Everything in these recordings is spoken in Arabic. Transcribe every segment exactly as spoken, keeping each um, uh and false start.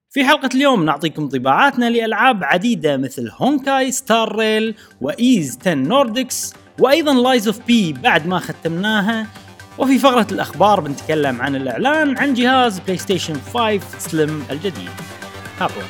في حلقة اليوم نعطيكم طباعاتنا لألعاب عديدة مثل هونكاي ستار ريل وإيز عشرة نوردكس وأيضا لايز اوف بي بعد ما ختمناها. وفي فقرة الأخبار بنتكلم عن الإعلان عن جهاز بلاي ستيشن خمسة سليم الجديد. هابو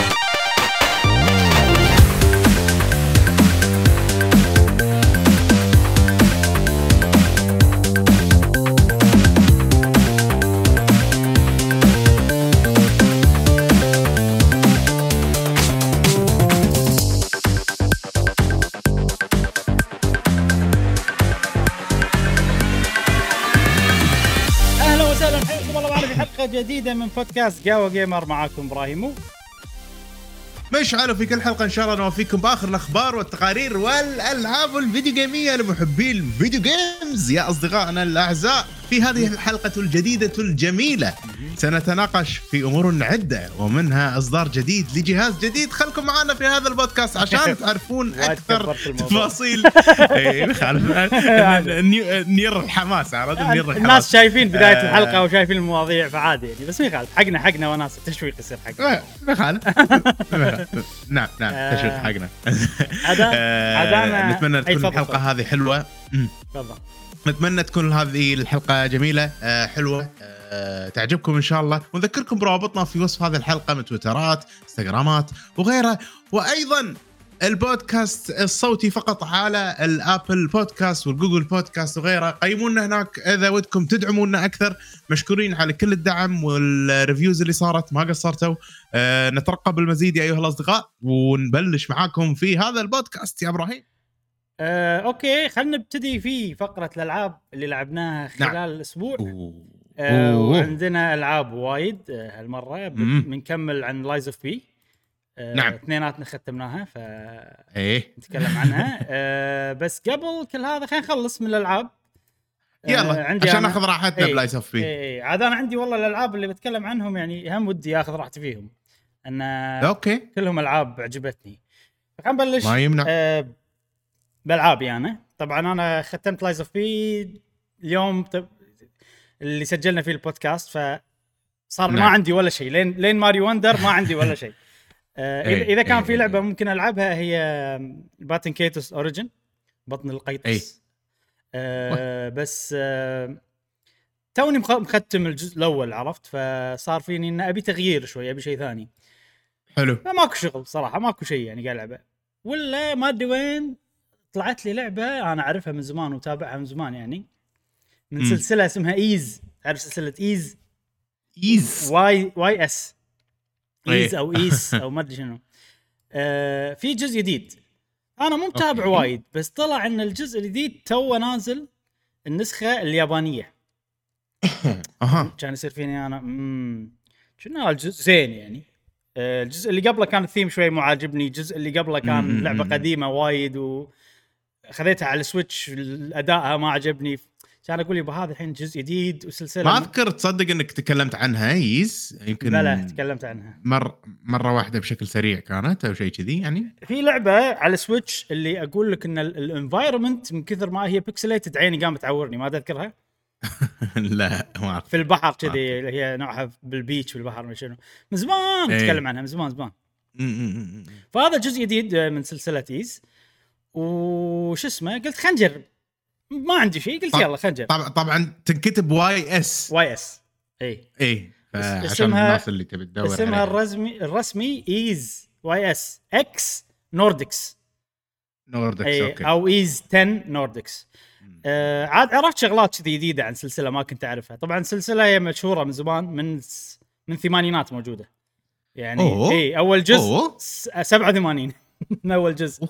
جديدة من بودكاست قهوة جيمر. معاكم إبراهيمو مشعل، في كل حلقة إن شاء الله نوفيكم بآخر الأخبار والتقارير والألعاب الفيديو جيمية لمحبي الفيديو جيمز. يا أصدقائنا الأعزاء، في هذه الحلقة الجديدة الجميلة سنتناقش في أمور عدة ومنها إصدار جديد لجهاز جديد. خلكم معنا في هذا البودكاست عشان تعرفون أكثر تفاصيل. نير الحماس، عرفت نير الحماس. الناس شايفين بداية الحلقة وشايفين المواضيع فعادي يعني، بس ما يخالف. حقنا حقنا وناس تشويق يصير حقنا. ما يخالف. نعم نعم تشويق حقنا. نتمنى تكون الحلقة هذه حلوة. تفضل. نتمنى تكون هذه الحلقة جميلة آه حلوة آه تعجبكم إن شاء الله. ونذكركم بروابطنا في وصف هذه الحلقة من تويترات، انستغرامات وغيرها، وأيضا البودكاست الصوتي فقط على الابل بودكاست والجوجل بودكاست وغيرها. قيمونا هناك إذا ودكم تدعمونا أكثر. مشكورين على كل الدعم والريفيوز اللي صارت، ما قصرتوا. آه نترقب المزيد يا أيها الأصدقاء، ونبلش معاكم في هذا البودكاست يا إبراهيم. آه، أوكي، خلنا نبتدي في فقرة الألعاب اللي لعبناها خلال نعم. الأسبوع. آه، وعندنا ألعاب وايد آه، هالمرة بنكمل عن لايز اوف بي. آه، نعم. اثنيناتنا ختمناها ف ايه نتكلم عنها. آه، بس قبل كل هذا خلينا نخلص من الألعاب. آه، يلا عشان ناخذ راحتنا ايه بلايز اوف بي. ايه عاد أنا عندي والله الألعاب اللي بتكلم عنهم يعني هم ودي أخذ راحتي فيهم. أن أوكي. كلهم ألعاب عجبتني. خلينا نبلش. ما يمنع. آه، بالعابي انا طبعا انا ختمت لايز اوف بي اليوم طب... اللي سجلنا فيه البودكاست، فصار نعم. ما عندي ولا شيء لين لين ماريو وندر ما عندي ولا شيء. آه اذا اذا كان في لعبه ممكن العبها هي باتن كيتوس اوريجن، بطن القيطس. آه بس آه توني مختم الجزء الاول، عرفت، فصار فيني ان ابي تغيير شوي، ابي شيء ثاني. حلو. فماكو شغل صراحه، ماكو شيء يعني قاعد العبه. ولا ما ادري وين طلعت لي لعبة أنا أعرفها من زمان وتابعها من زمان يعني، من م. سلسلة اسمها إيز. تعرف سلسلة إيز؟ إيز واي واي إس إيز أو إيس أو ما أدري شنو. آه في جزء جديد أنا مو متابع وايد، بس طلع إن الجزء الجديد تو نازل النسخة اليابانية. أها. كان يصير فيني أنا مم. شنو الجزء زين يعني. آه الجزء اللي قبله كان الثيم شوي مو عاجبني، الجزء اللي قبله كان م- لعبة م- قديمة وايد و خذيتها على السويتش، أدائها ما عجبني. كان أقول يبا هذا الحين جزء جديد وسلسلة. ما أذكر تصدق إنك تكلمت عنها إيز، يمكن لا لا تكلمت عنها مر مرة واحدة بشكل سريع كانت أو شيء كذي يعني. في لعبة على السويتش اللي أقول لك إن الانفايرمنت من كثر ما هي بيكسليتد عيني قامت تعورني. ما تذكرها؟ لا ما أعرف. في البحر كذي اللي هي نوعها بالبيتش بالبحر ما شنو، من زمان نتكلم عنها من زمان زمان. فهذا جزء جديد من سلسلة إيز وش اسمه. قلت خلينا نجرب، ما عندي شيء، قلت يلا خلينا نجرب. طبعا طبعا تنكتب واي اس واي اس اي اي عشان الناس اللي تبي تدور عليها. اسمها الرسمي الرسمي ايز واي اس اكس نوردكس نوردكس اوكي، او ايز عشرة نوردكس. آه عاد عرفت شغلات جديده عن سلسله ما كنت اعرفها. طبعا سلسله هي مشهوره من زمان، من من الثمانينات موجوده يعني. اي اول جزء سبعة وثمانين من اول جزء.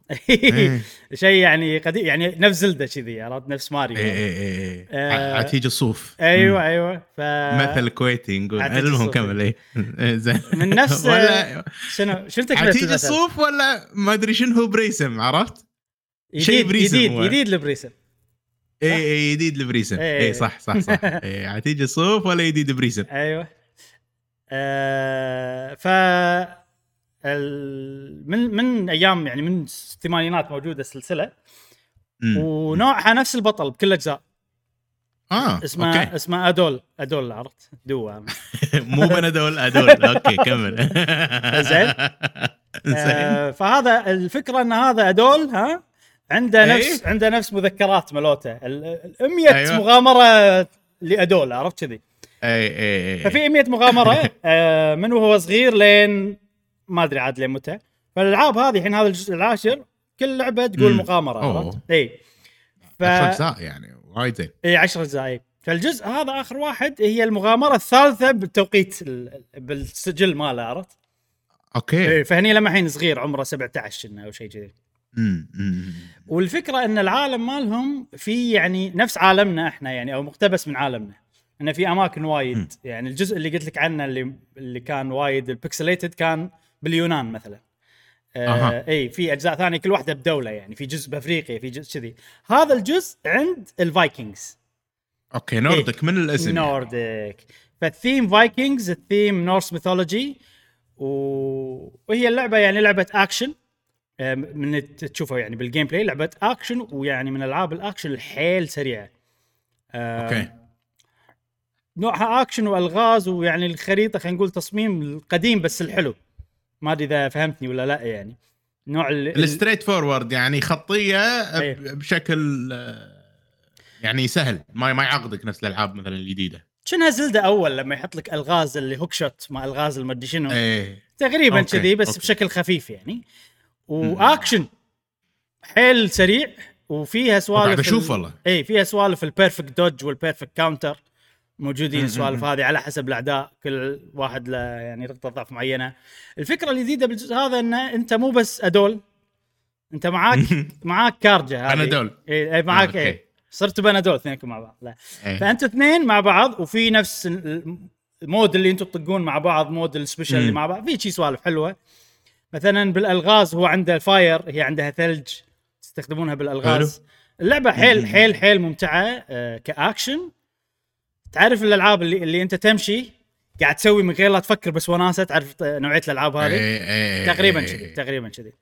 شيء يعني قديم يعني، نفس زلدة كذي، عرفت، نفس ماريو. اي اي اي عتيج الصوف. ايوه ايوه ف مثل كويتي نقول. المهم كمل. اي زين من نفس ولا شنو شنو تكمل عتيج الصوف ولا ما ادري شنو هو بريسم، عرفت شيء بريسم جديد جديد لبريسم. اي اي جديد لبريسم. اي صح صح صح. اي عتيج الصوف ولا جديد بريسم. ايوه. آه ف من من ايام يعني من الثمانينات موجوده السلسله، ونوعها نفس البطل بكل اجزاء. اه اسمه أوكي. اسمه ادول ادول عرفت دوا مو بنادول ادول اوكي كمل. زين آه فهذا الفكره ان هذا ادول ها عنده أي؟ نفس عنده نفس مذكرات ملوته ال مية أيوة. مغامره لادول عرفت كذي. اي اي اي ففي مية مغامره آه من وهو صغير لين ما ادري عاد لين متى. فالالعاب هذه الحين هذا الجزء العاشر كل لعبه تقول مم. مغامره أوه. عرفت اي ف عشر اجزاء يعني وايد زين. اي عشر اجزاء. فالجزء هذا اخر واحد هي المغامره الثالثه بالتوقيت ال- بالسجل ماله عرفت. اوكي. اي فهني لما الحين صغير عمره سبعة عشر او شيء كذي. امم أمم. والفكره ان العالم مالهم في يعني نفس عالمنا احنا يعني او مقتبس من عالمنا. انه في اماكن وايد مم. يعني الجزء اللي قلت لك عنه اللي اللي كان وايد البكسليتد كان باليونان مثلا. أها. آه اي في اجزاء ثانيه كل واحده بدوله يعني في جزء بافريقيا في جزء كذي. هذا الجزء عند الفايكنجز. اوكي نوردك من الاسم يعني. نوردك فالثيم فايكنجز الثيم نورس ميثولوجي و... وهي اللعبه يعني لعبه اكشن آه، من تشوفها يعني بالجيم بلاي لعبه اكشن ويعني من العاب الاكشن الحيل سريعه. آه، اوكي. نوعها اكشن والغاز ويعني الخريطه خلينا نقول تصميم القديم بس الحلو. ما ادري اذا فهمتني ولا لا يعني نوع ال... الستريت فورورد يعني خطيه أيه. بشكل آه، يعني سهل ما ما يعقدك نفس الالعاب مثلا الجديده. شنها زلدة اول لما يحط لك الغاز اللي هوك شوت مع الغاز المدري شنو ايه تقريبا أوكي، كذي بس أوكي. بشكل خفيف يعني واكشن حيل سريع وفيها سوالف بشوف ال... والله. اي فيها سوالف البيرفكت دوج والبيرفكت كاونتر موجودين. م- السوالف م- هذه على حسب الاعداء كل واحد له يعني نقطه ضعف معينه. الفكره الجديده بالجزء هذا ان انت مو بس ادول انت معاك معاك كارجه هذه بنادول. اي معاك آه، اي أوكي. صرت بنادول اثنينكم مع بعض. لا إيه. فانتوا اثنين مع بعض وفي نفس المود اللي انتم تطقون مع بعض مود السبيشال اللي مم. مع بعض في شيء سوالف حلوه. مثلا بالالغاز هو عنده الفاير هي عندها ثلج تستخدمونها بالالغاز. اللعبه حيل مم. حيل حيل ممتعه آه كاكشن. تعرف الالعاب اللي اللي انت تمشي قاعد تسوي من غير لا تفكر بس وناسه. تعرف نوعيه الالعاب هذه إيه، إيه، تقريبا إيه، كذي إيه. تقريبا كذي.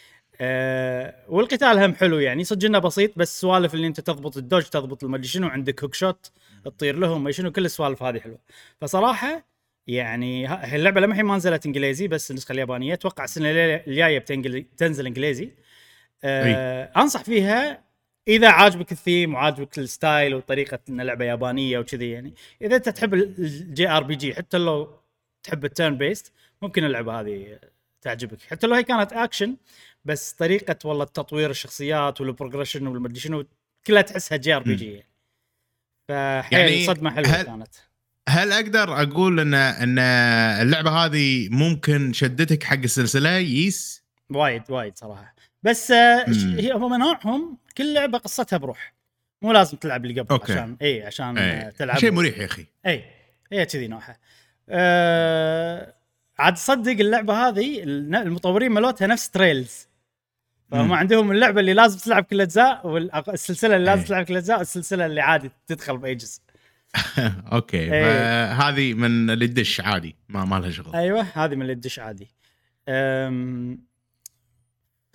أه والقتال هم حلو يعني صدق انه بسيط بس سوالف اللي انت تضبط الدوج تضبط المدري شنو عندك هوك شوت تطير لهم ما شنو كل السوالف هذه حلوه. فصراحه يعني ه- اللعبه لما الحين ما نزلت انجليزي بس النسخه اليابانيه اتوقع السنه الجايه بتنقل تنزل انجليزي. أه انصح فيها اذا عاجبك الثيم وعاجبك الستايل وطريقه ان لعبه يابانيه وكذي يعني. اذا انت تحب الجي ار بي جي حتى لو تحب التيرن بيست ممكن اللعبه هذه تعجبك حتى لو هي كانت اكشن بس طريقه والله التطوير الشخصيات والبروجريشن والمدري شنو كلها تحسها جي ار بي جي يعني. فحيل يعني صدمه حلوه هل كانت. هل اقدر اقول ان ان اللعبه هذه ممكن شدتك حق السلسله يس وايد وايد صراحه بس آه مم. هي هم نوعهم كل لعبه قصتها بروح مو لازم تلعب اللي قبل أوكي. عشان اي عشان ايه. آه تلعب شيء مريح يا اخي. اي هي كذي نوعها. أه... عاد تصدق اللعبه هذه المطورين مالتها نفس تريلز. فهم مم. عندهم اللعبه اللي لازم تلعب كل اجزاء والسلسله اللي لازم ايه. تلعب كل اجزاء والسلسله اللي عادي تدخل باي جزء. اوكي ايه. هذه من اللي تدش عادي ما ما لها شغل. ايوه هذه من اللي تدش عادي. أم... ف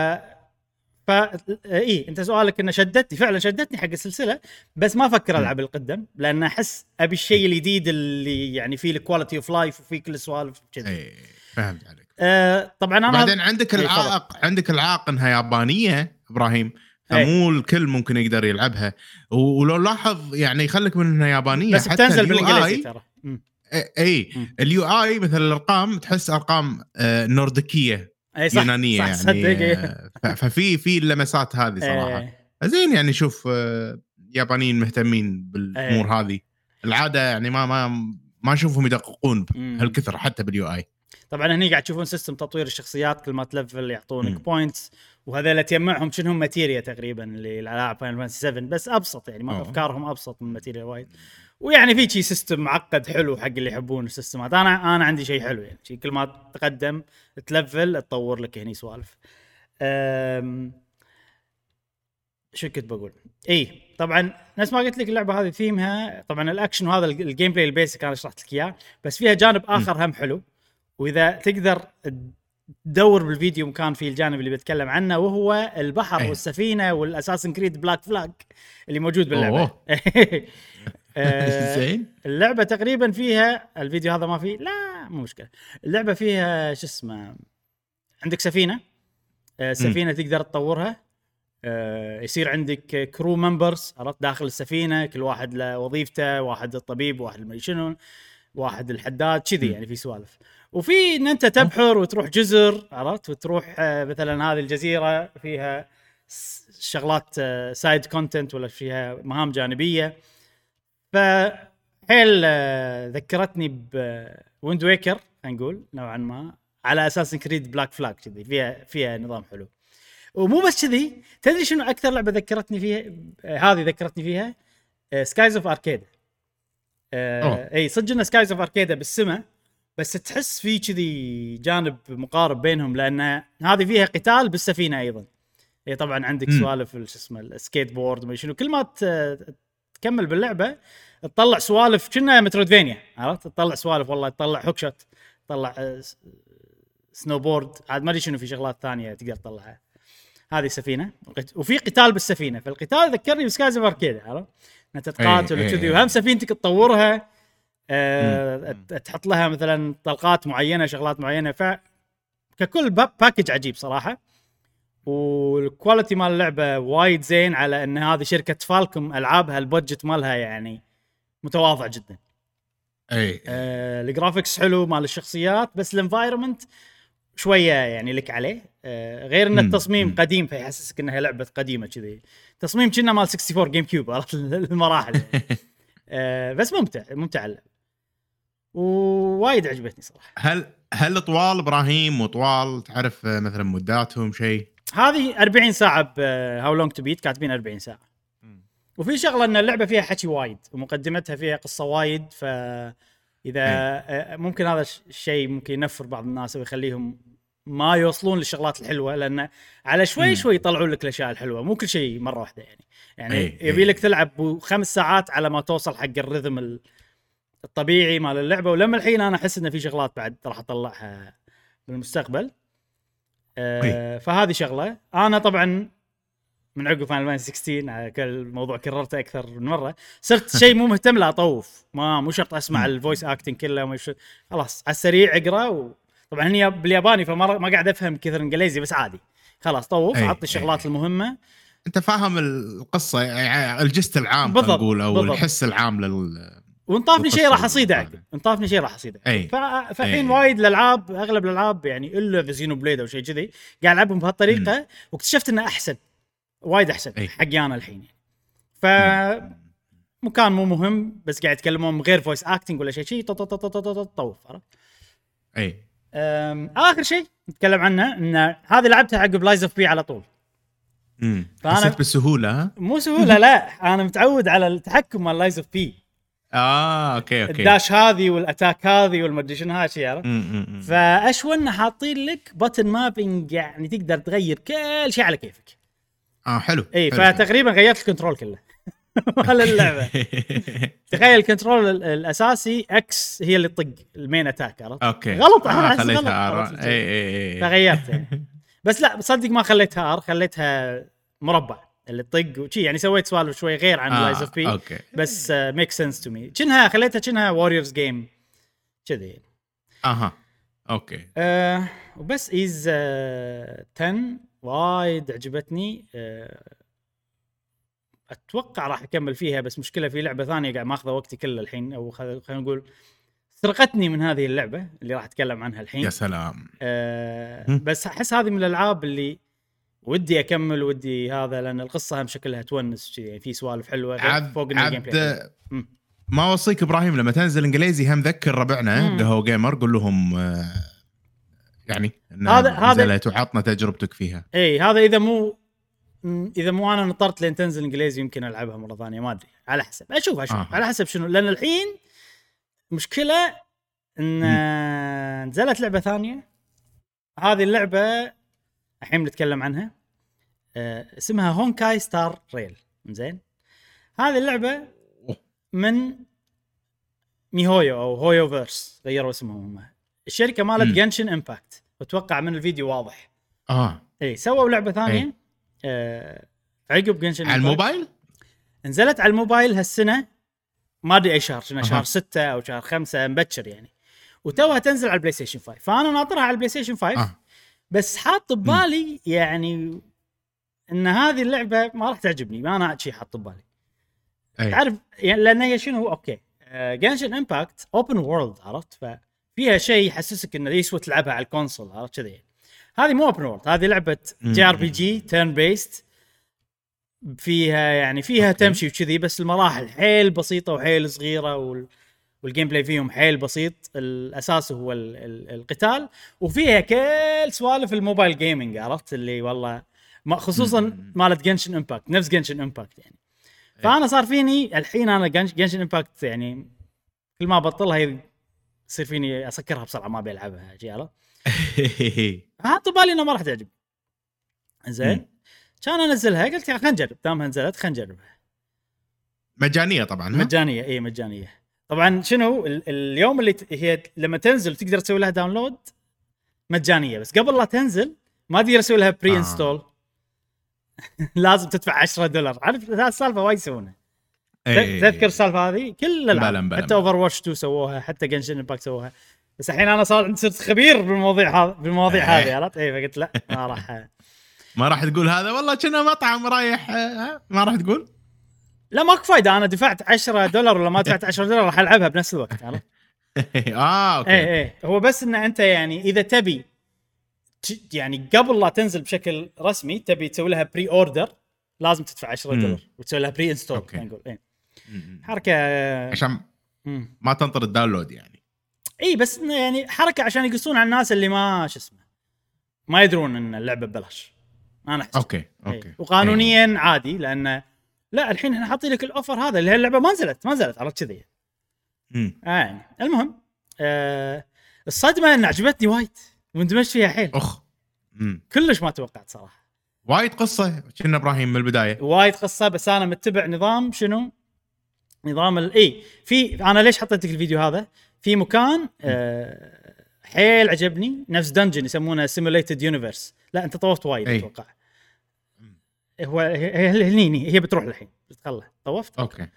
ف اي انت سؤالك انه شدتني فعلا شدتني حق السلسله بس ما افكر العب القدم لان احس ابي الشيء الجديد اللي يعني فيه الكواليتي اوف لايف وفيه كل السوالف كذا. ايه فهمت عليك. آه طبعا انا بعدين عندك إيه، العائق عندك العائق انها يابانيه ابراهيم إيه. فمو الكل ممكن يقدر يلعبها ولو لاحظ يعني خليك من انها يابانيه بس بتنزل بالانجليزي ترى. اي اي اليو اي مثل الارقام تحس ارقام آه نورديكيه اي صح يونانيه صح يعني صدق. آه ف- ففي في اللمسات هذه صراحه إيه. زين يعني شوف آه يابانيين مهتمين بالامور إيه. هذه العاده يعني ما ما ما اشوفهم يدققون مم. هالكثر حتى باليو اي. طبعا هني قاعد تشوفون سيستم تطوير الشخصيات كل ما تلفل مم. يعطونك بوينتس وهذول تجمعهم شنهم ماتيريا تقريبا للالعاب فاينل فانتسي سبعة بس ابسط يعني ما أوه. افكارهم ابسط من ماتيريا وايد. ويعني في شيء سيستم معقد حلو حق اللي يحبون السيستمات. انا انا عندي شيء حلو يعني شيء كل ما تقدم تلفل تطور لك هني سوالف. أم... شو كنت بقول اي طبعا نفس ما قلت لك اللعبه هذه ثيمها طبعا الاكشن وهذا الجيم بلاي البيسك انا شرحت لك اياه بس فيها جانب اخر هم حلو. واذا تقدر تدور بالفيديو مكان فيه الجانب اللي بتكلم عنه، وهو البحر أيه. والسفينه والاساسن كريد بلاك فلاج اللي موجود باللعبه. زين. اللعبه تقريبا فيها الفيديو هذا ما فيه، لا مو مشكله. اللعبه فيها شو اسمه، عندك سفينه، السفينه تقدر تطورها، يصير عندك كرو ممبرز عرفت داخل السفينه، كل واحد له وظيفته، واحد الطبيب، واحد المدري شنو، واحد الحداد كذي، يعني في سوالف. وفي ان انت تبحر وتروح جزر عرفت، وتروح مثلا هذه الجزيره فيها شغلات سايد كونتنت ولا فيها مهام جانبيه. فحيل ذكرتني بويند ويكر نقول نوعا ما، على اساس كريد بلاك فلاج كذي، فيها فيها نظام حلو. ومو بس كذي، تدري شنو اكثر لعبه ذكرتني فيها؟ هذه ذكرتني فيها سكايز اوف اركيد. اي صدق ان سكايز اوف اركيد بالسماء، بس تحس في كذي جانب مقارب بينهم، لان هذه فيها قتال بالسفينه ايضا. اي طبعا عندك سوالف شو اسمه السكيت بورد ما شنو، كل ما تكمل باللعبه تطلع سوالف كنا مترويدفينيا عرفت، تطلع سوالف والله، تطلع هوك شوت، تطلع سنو بورد، عاد ما ادري شنو في شغلات ثانيه تقدر تطلعها. هذه سفينه وفي قتال بالسفينه، فالقتال ذكرني بسكايز اوف اركيد عرفت، انت تقاتل وكذي، وهم سفينتك تطورها، أه تحط لها مثلا طلقات معينه، شغلات معينه، ف ككل باكج عجيب صراحه. والكواليتي مال اللعبه وايد زين، على ان هذه شركه فالكوم العابها البادجت مالها يعني متواضع جدا. اي آه الجرافيكس حلو مال الشخصيات، بس الانفايرمنت شويه يعني لك عليه، آه غير ان التصميم قديم فيحسسك انها لعبه قديمه كذي، تصميم كنا مال أربعة وستين جيم كيوب عرفت المراحل. آه بس ممتع ممتع اللعبة. ووايد عجبتني صراحه. هل هل طوال ابراهيم وطوال تعرف مثلا مداتهم شيء؟ هذه أربعين ساعه بهاو لونج تو بيت، كاتبين أربعين ساعه. وفي شغله ان اللعبه فيها حكي وايد، ومقدمتها فيها قصه وايد، فاذا أي. ممكن هذا الشيء ممكن ينفر بعض الناس ويخليهم ما يوصلون للشغلات الحلوه، لان على شوي شوي يطلعون لك الاشياء الحلوه، مو كل شيء مره واحده يعني. يعني يبي لك تلعب خمس ساعات على ما توصل حق الرذم الطبيعي مال اللعبه. ولما الحين انا احس ان في شغلات بعد راح اطلعها بالمستقبل. أه فهذه شغله. انا طبعا من عقب فاينل فانتسي ستة عشر على كل الموضوع كررته اكثر من مره، صرت شيء مو مهتم لا اطوف، ما مو شرط اسمع الفويس اكتنج كله، مش خلاص على السريع اقرا. وطبعا هي بالياباني فما ما قاعد افهم كثر انجليزي، بس عادي خلاص طوف عطي الشغلات أي. المهمه انت فاهم القصه يعني الجست العام نقول، او بالضبط. الحس العام لل وانطافني شيء راح اصيد عقب، انطافني شيء راح اصيد عقب. فالحين وايد الالعاب اغلب الالعاب يعني الا فيزينو بليد او شيء كذي قاعد العبهم بهالطريقه، م. واكتشفت انه احسن وايد احسن أي. حقي انا الحين. ف مكان مو مهم بس قاعد يتكلمون من غير فويس اكتنج ولا شيء شيء طوف عرفت. اي اخر شيء نتكلم عنه ان هذه لعبتها عقب لايز اوف بي على طول. امم حسيت بالسهوله؟ ها مو سهوله لا انا متعود على التحكم مال لايز اوف بي. اه اوكي اوكي الداش هذه والاتاك هذه والمدري شنو هالشيء عرفت. فاشون حاطين لك باتن مابينج يعني تقدر تغير كل شيء على كيفك. اه حلو. اي فتقريبا غيرت الكنترول كله على اللعبه. تخيل الكنترول الاساسي اكس هي اللي تطق المين اتاك عرفت. اوكي غلط آه خليتها ار. اي اي اي فغيرت يعني. بس لا صدق ما خليتها ار، خليتها مربع اللي تطق وشي، يعني سويت سوالف شوي غير عن لايز اوف بي بس ميك سنس تو مي. كأنها خليتها كأنها واريورز جيم كذي. اها اوكي. آه وبس از آه عشرة وايد عجبتني. آه اتوقع راح اكمل فيها، بس مشكله في لعبه ثانيه قاعد ماخذه وقتي كله الحين، او خلينا نقول سرقتني من هذه اللعبه اللي راح اتكلم عنها الحين. يا سلام. آه بس احس هذه من الالعاب اللي ودي اكمل ودي هذا، لان القصه هم شكلها تونس يعني، في سوالف حلوه فوق الجيم بلاي. ما اوصيك ابراهيم لما تنزل انجليزي هم ذكر ربعنا قهوه جيمر، قول لهم آه يعني هذا نزلت وعطنا تجربتك فيها. اي هذا اذا مو اذا مو انا نطرت لين تنزل انجليزي يمكن العبها مره ثانيه، ما ادري على حسب اشوف اشوف آه. على حسب شنو، لان الحين مشكله ان م. نزلت لعبه ثانيه. هذه اللعبه الحين بنتكلم عنها، آه اسمها هونكاي ستار ريل. زين هذه اللعبه من ميهويو او هويو فيرس، غيروا اسمهم هم، الشركه مالت جنشن امباكت. واتوقع من الفيديو واضح. اه اي سووا لعبه ثانيه إيه. آه عقب جنشن على الموبايل نزلت على الموبايل هالسنه، ما ادري اي شهر، شنو شهر أها. ستة او شهر خمسة مبكر يعني، وتوها تنزل على البلاي ستيشن خمسة. فانا ناطرها على البلاي ستيشن خمسة آه. بس حاط ببالي يعني ان هذه اللعبه ما راح تعجبني، ما انا شيء حاط ببالي. أي. تعرف يعني لان هي شنو اوكي جنشن امباكت اوبن وورلد، عرفت؟ ففيها شيء يحسسك انه يسوى تلعبها على الكونسول، عرفت كذا. هذه مو اوبن وورلد، هذه لعبه جي ار بي جي تيرن بيست، فيها يعني فيها أوكي. تمشي وكذي، بس المراحل حيل بسيطه وحيل صغيره وال... والجيم بلاي فيهم حيل بسيط. الاساس هو ال... ال... القتال، وفيها كل سوالف الموبايل جيمنج، عرفت؟ اللي والله ما خصوصا مالت جنشن امباكت، نفس جنشن امباكت يعني. فانا صار فيني الحين انا جنشن امباكت يعني كل ما بطلها يصير فيني اسكرها بسرعه، ما بيلعبها جياله. حاطوا بالي انه ما راح تعجب. زين كان انزلها قلت يا خلينا نجرب، دامها نزلت خلينا نجربها. مجانيه طبعا. ها؟ مجانيه اي مجانيه طبعا. شنو ال- اليوم اللي ت... هي لما تنزل تقدر تسوي لها داونلود مجانيه، بس قبل لا تنزل ما تقدر تسوي لها بري انستول. آه. لازم تدفع عشرة دولار. عارف هذه السالفه وايد يسوونها. أي. تذكر السالفه هذه كل الالعاب، بلن حتى اوفر واتش تو سووها، حتى جنشن امباكت سووها. بس الحين انا صار صرت خبير بالمواضيع هذه بالمواضيع إيه. هذه، عرفت؟ اي فقلت لا ما راح ما راح تقول هذا والله كنا مطعم رايح. ها؟ ما راح تقول لا ماكو فايده، انا دفعت عشرة دولار ولا ما دفعت عشرة دولار راح العبها بنفس الوقت، عرفت؟ اه اوكي. اي اي هو بس ان انت يعني اذا تبي ت- يعني قبل لا تنزل بشكل رسمي تبي تسوي لها بري اوردر، لازم تدفع عشرة دولار وتسوي لها بري انستول. أوكي. نقول اي حركه عشان مم. ما تنطر الداونلود يعني. اي بس إنه يعني حركه عشان يقصون على الناس اللي ما شو اسمه ما يدرون ان اللعبه ببلاش. انا احس اوكي أي. اوكي. وقانونيا أي. عادي، لان لا الحين احنا حاطين لك الاوفر هذا اللي هي اللعبه ما نزلت ما نزلت عرفت كذي. امم آه يعني المهم آه الصدمه ان عجبتني وايد واندمجت فيها حيل. اخ امم كلش ما توقعت صراحه. وايد قصه كنا ابراهيم من البدايه. وايد قصه، بس انا متبع نظام شنو نظام الاي في انا ليش حطيت لك الفيديو هذا في مكان آه حيل عجبني، نفس دنجن يسمونه سيموليتد يونيفرس. لا انت طوفت وايد أي. اتوقع. هو هي هني هي بتروح الحين بتخلى طوفت. اوكي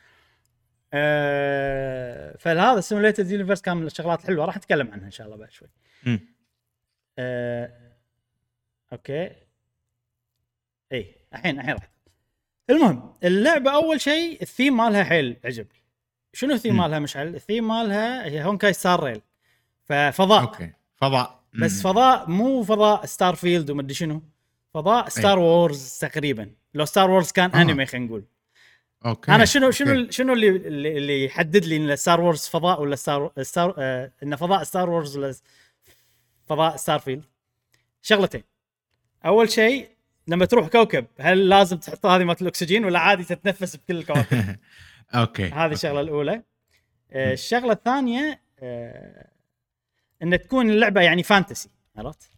آه فهذا السيموليتد يونيفرس كان من الشغلات الحلوه، راح نتكلم عنها ان شاء الله بعد شوي. امم آه اوكي اي الحين الحين راح. المهم اللعبه اول شيء الثيم مالها حيل عجبني. شنو الثيم مالها مشعل؟ الثيم مالها هي هونكاي ستار ريل، ففضاء. اوكي فضاء. بس فضاء مو فضاء ستار فيلد ومدري شنو، فضاء ستار أي. وورز تقريبا. لو ستار وورز كان آه. انمي خلينا نقول. اوكي انا شنو أوكي. شنو شنو اللي اللي اللي يحدد لي ان ستار وورز فضاء ولا ستار ستار آه ان فضاء ستار وورز ولا فضاء ستار فيلد؟ شغلتين. اول شيء لما تروح كوكب هل لازم تحط هذه مالت الاكسجين ولا عادي تتنفس بكل الكواكب؟ اوكي هذه الشغله الاولى. آه الشغله الثانيه آه ان تكون اللعبه يعني فانتسي، عرفت؟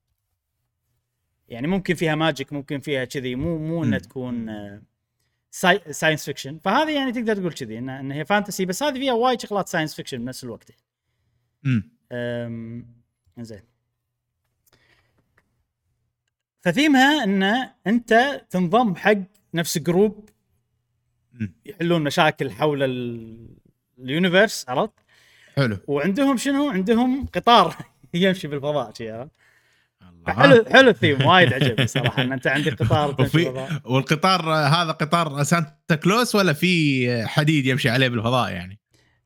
يعني ممكن فيها ماجيك، ممكن فيها كذي، مو مو انها تكون آه ساي... ساينس فيكشن. فهذه يعني تقدر تقول كذي ان ان هي فانتسي، بس هذه فيها وايد شغلات ساينس فيكشن بنفس الوقت. امم زين. فثيمها ان انت تنضم حق نفس جروب يحلون مشاكل حول ال... اليونيفرس، عرفت؟ حلو. وعندهم شنو؟ عندهم قطار يمشي بالفضاء شيء. حلو حلو الثيم وايد عجبني صراحه ان انت عندك قطار تمشي بالفضاء. والقطار هذا قطار سانتا كلوس ولا في حديد يمشي عليه بالفضاء يعني؟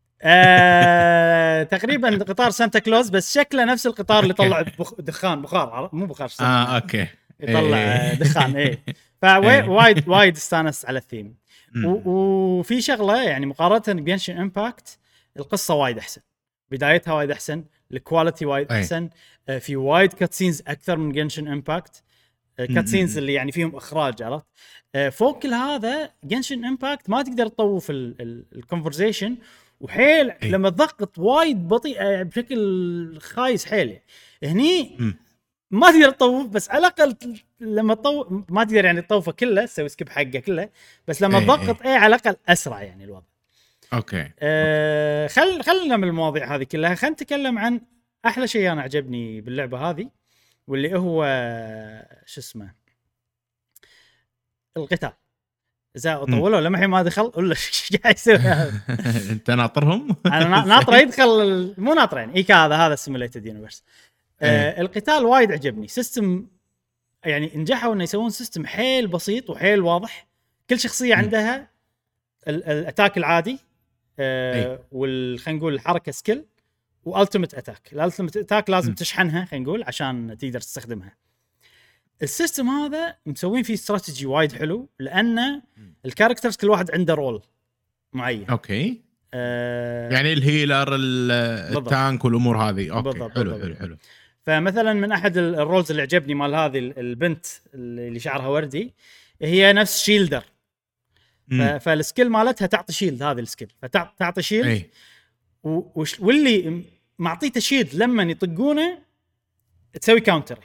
آه، تقريبا قطار سانتا كلوز، بس شكله نفس القطار اللي يطلع بخ... دخان بخار، مو بخار اه اوكي يطلع إيه. دخان. ايه فوايد وايد استانس على الثيم. و... وفي شغله يعني مقارنه بجنشن امباكت القصه وايد احسن، بدايتها وايد احسن، الكواليتي وايد احسن. آه في وايد كاتسينز اكثر من جنشن امباكت. آه كاتسينز اللي يعني فيهم اخراج، عرفت؟ آه فوق كل هذا جنشن امباكت ما تقدر تطوف الكونفرزيشن، وحيل أي. لما تضغط وايد بطيء بشكل خايس حيل. هني م. ما تقدر تطوف، بس على الاقل لما تطوف ما تقدر يعني تطوفه كله، تسوي سكيب حقه كله، بس لما تضغط اي على الاقل اسرع يعني الوضع. اوكي آه خل خلينا من المواضيع هذه كلها، خلينا نتكلم عن احلى شيء انا عجبني باللعبه هذه. واللي هو شو اسمه القتال. اذا طولوا لما الحين ما دخل ولا ايش قاعد يسوي هذا؟ انت ناطرهم؟ انا ناطره يدخل، مو ناطرين ايكا، هذا هذا السيموليتد يونيفرس. آه القتال وايد عجبني، سيستم يعني نجحوا انه يسوون سيستم حيل بسيط وحيل واضح. كل شخصيه م. عندها الاتاك العادي آه وال خلينا نقول الحركه سكيل والتيمت اتاك. الالتيمت اتاك لازم م. تشحنها خلينا نقول عشان تقدر تستخدمها. السيستم هذا مسوين فيه استراتيجي وايد حلو، لأن الكاركترز كل واحد عنده رول معين. اوكي. آه يعني الهيلر التانك والامور هذه. اوكي بالضبط. حلو بالضبط. حلو حلو. فمثلا من احد الرولز اللي عجبني مال هذه البنت اللي شعرها وردي، هي نفس شيلدر. فالسكيل مالتها تعطي شيلد، هذه السكيل فتعطي شيلد أي. واللي معطيته شيلد لما يطقونه تسوي كاونتر.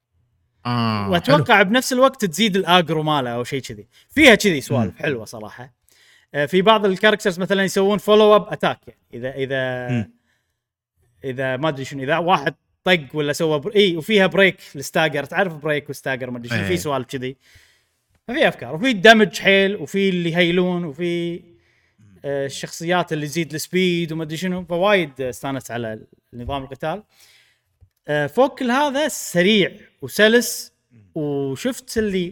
آه واتوقع حلو. بنفس الوقت تزيد الاجرو ماله او شيء كذي، فيها كذي سوالف حلوه صراحه. آه في بعض الكاركترز مثلا يسوون فولو اب اتاك، يعني اذا اذا م. اذا ما ادري شنو، اذا واحد طق ولا سوى بر... اي وفيها بريك الستاجر، تعرف بريك وستاجر ما ادري شنو، في سوالف كذي. ففي افكار وفي دمج حيل وفي اللي يهيلون وفي آه الشخصيات اللي تزيد السبيد وما ادري شنو. فوايد استانست على نظام القتال. آه فوق كل هذا سريع وسلس. وشفت اللي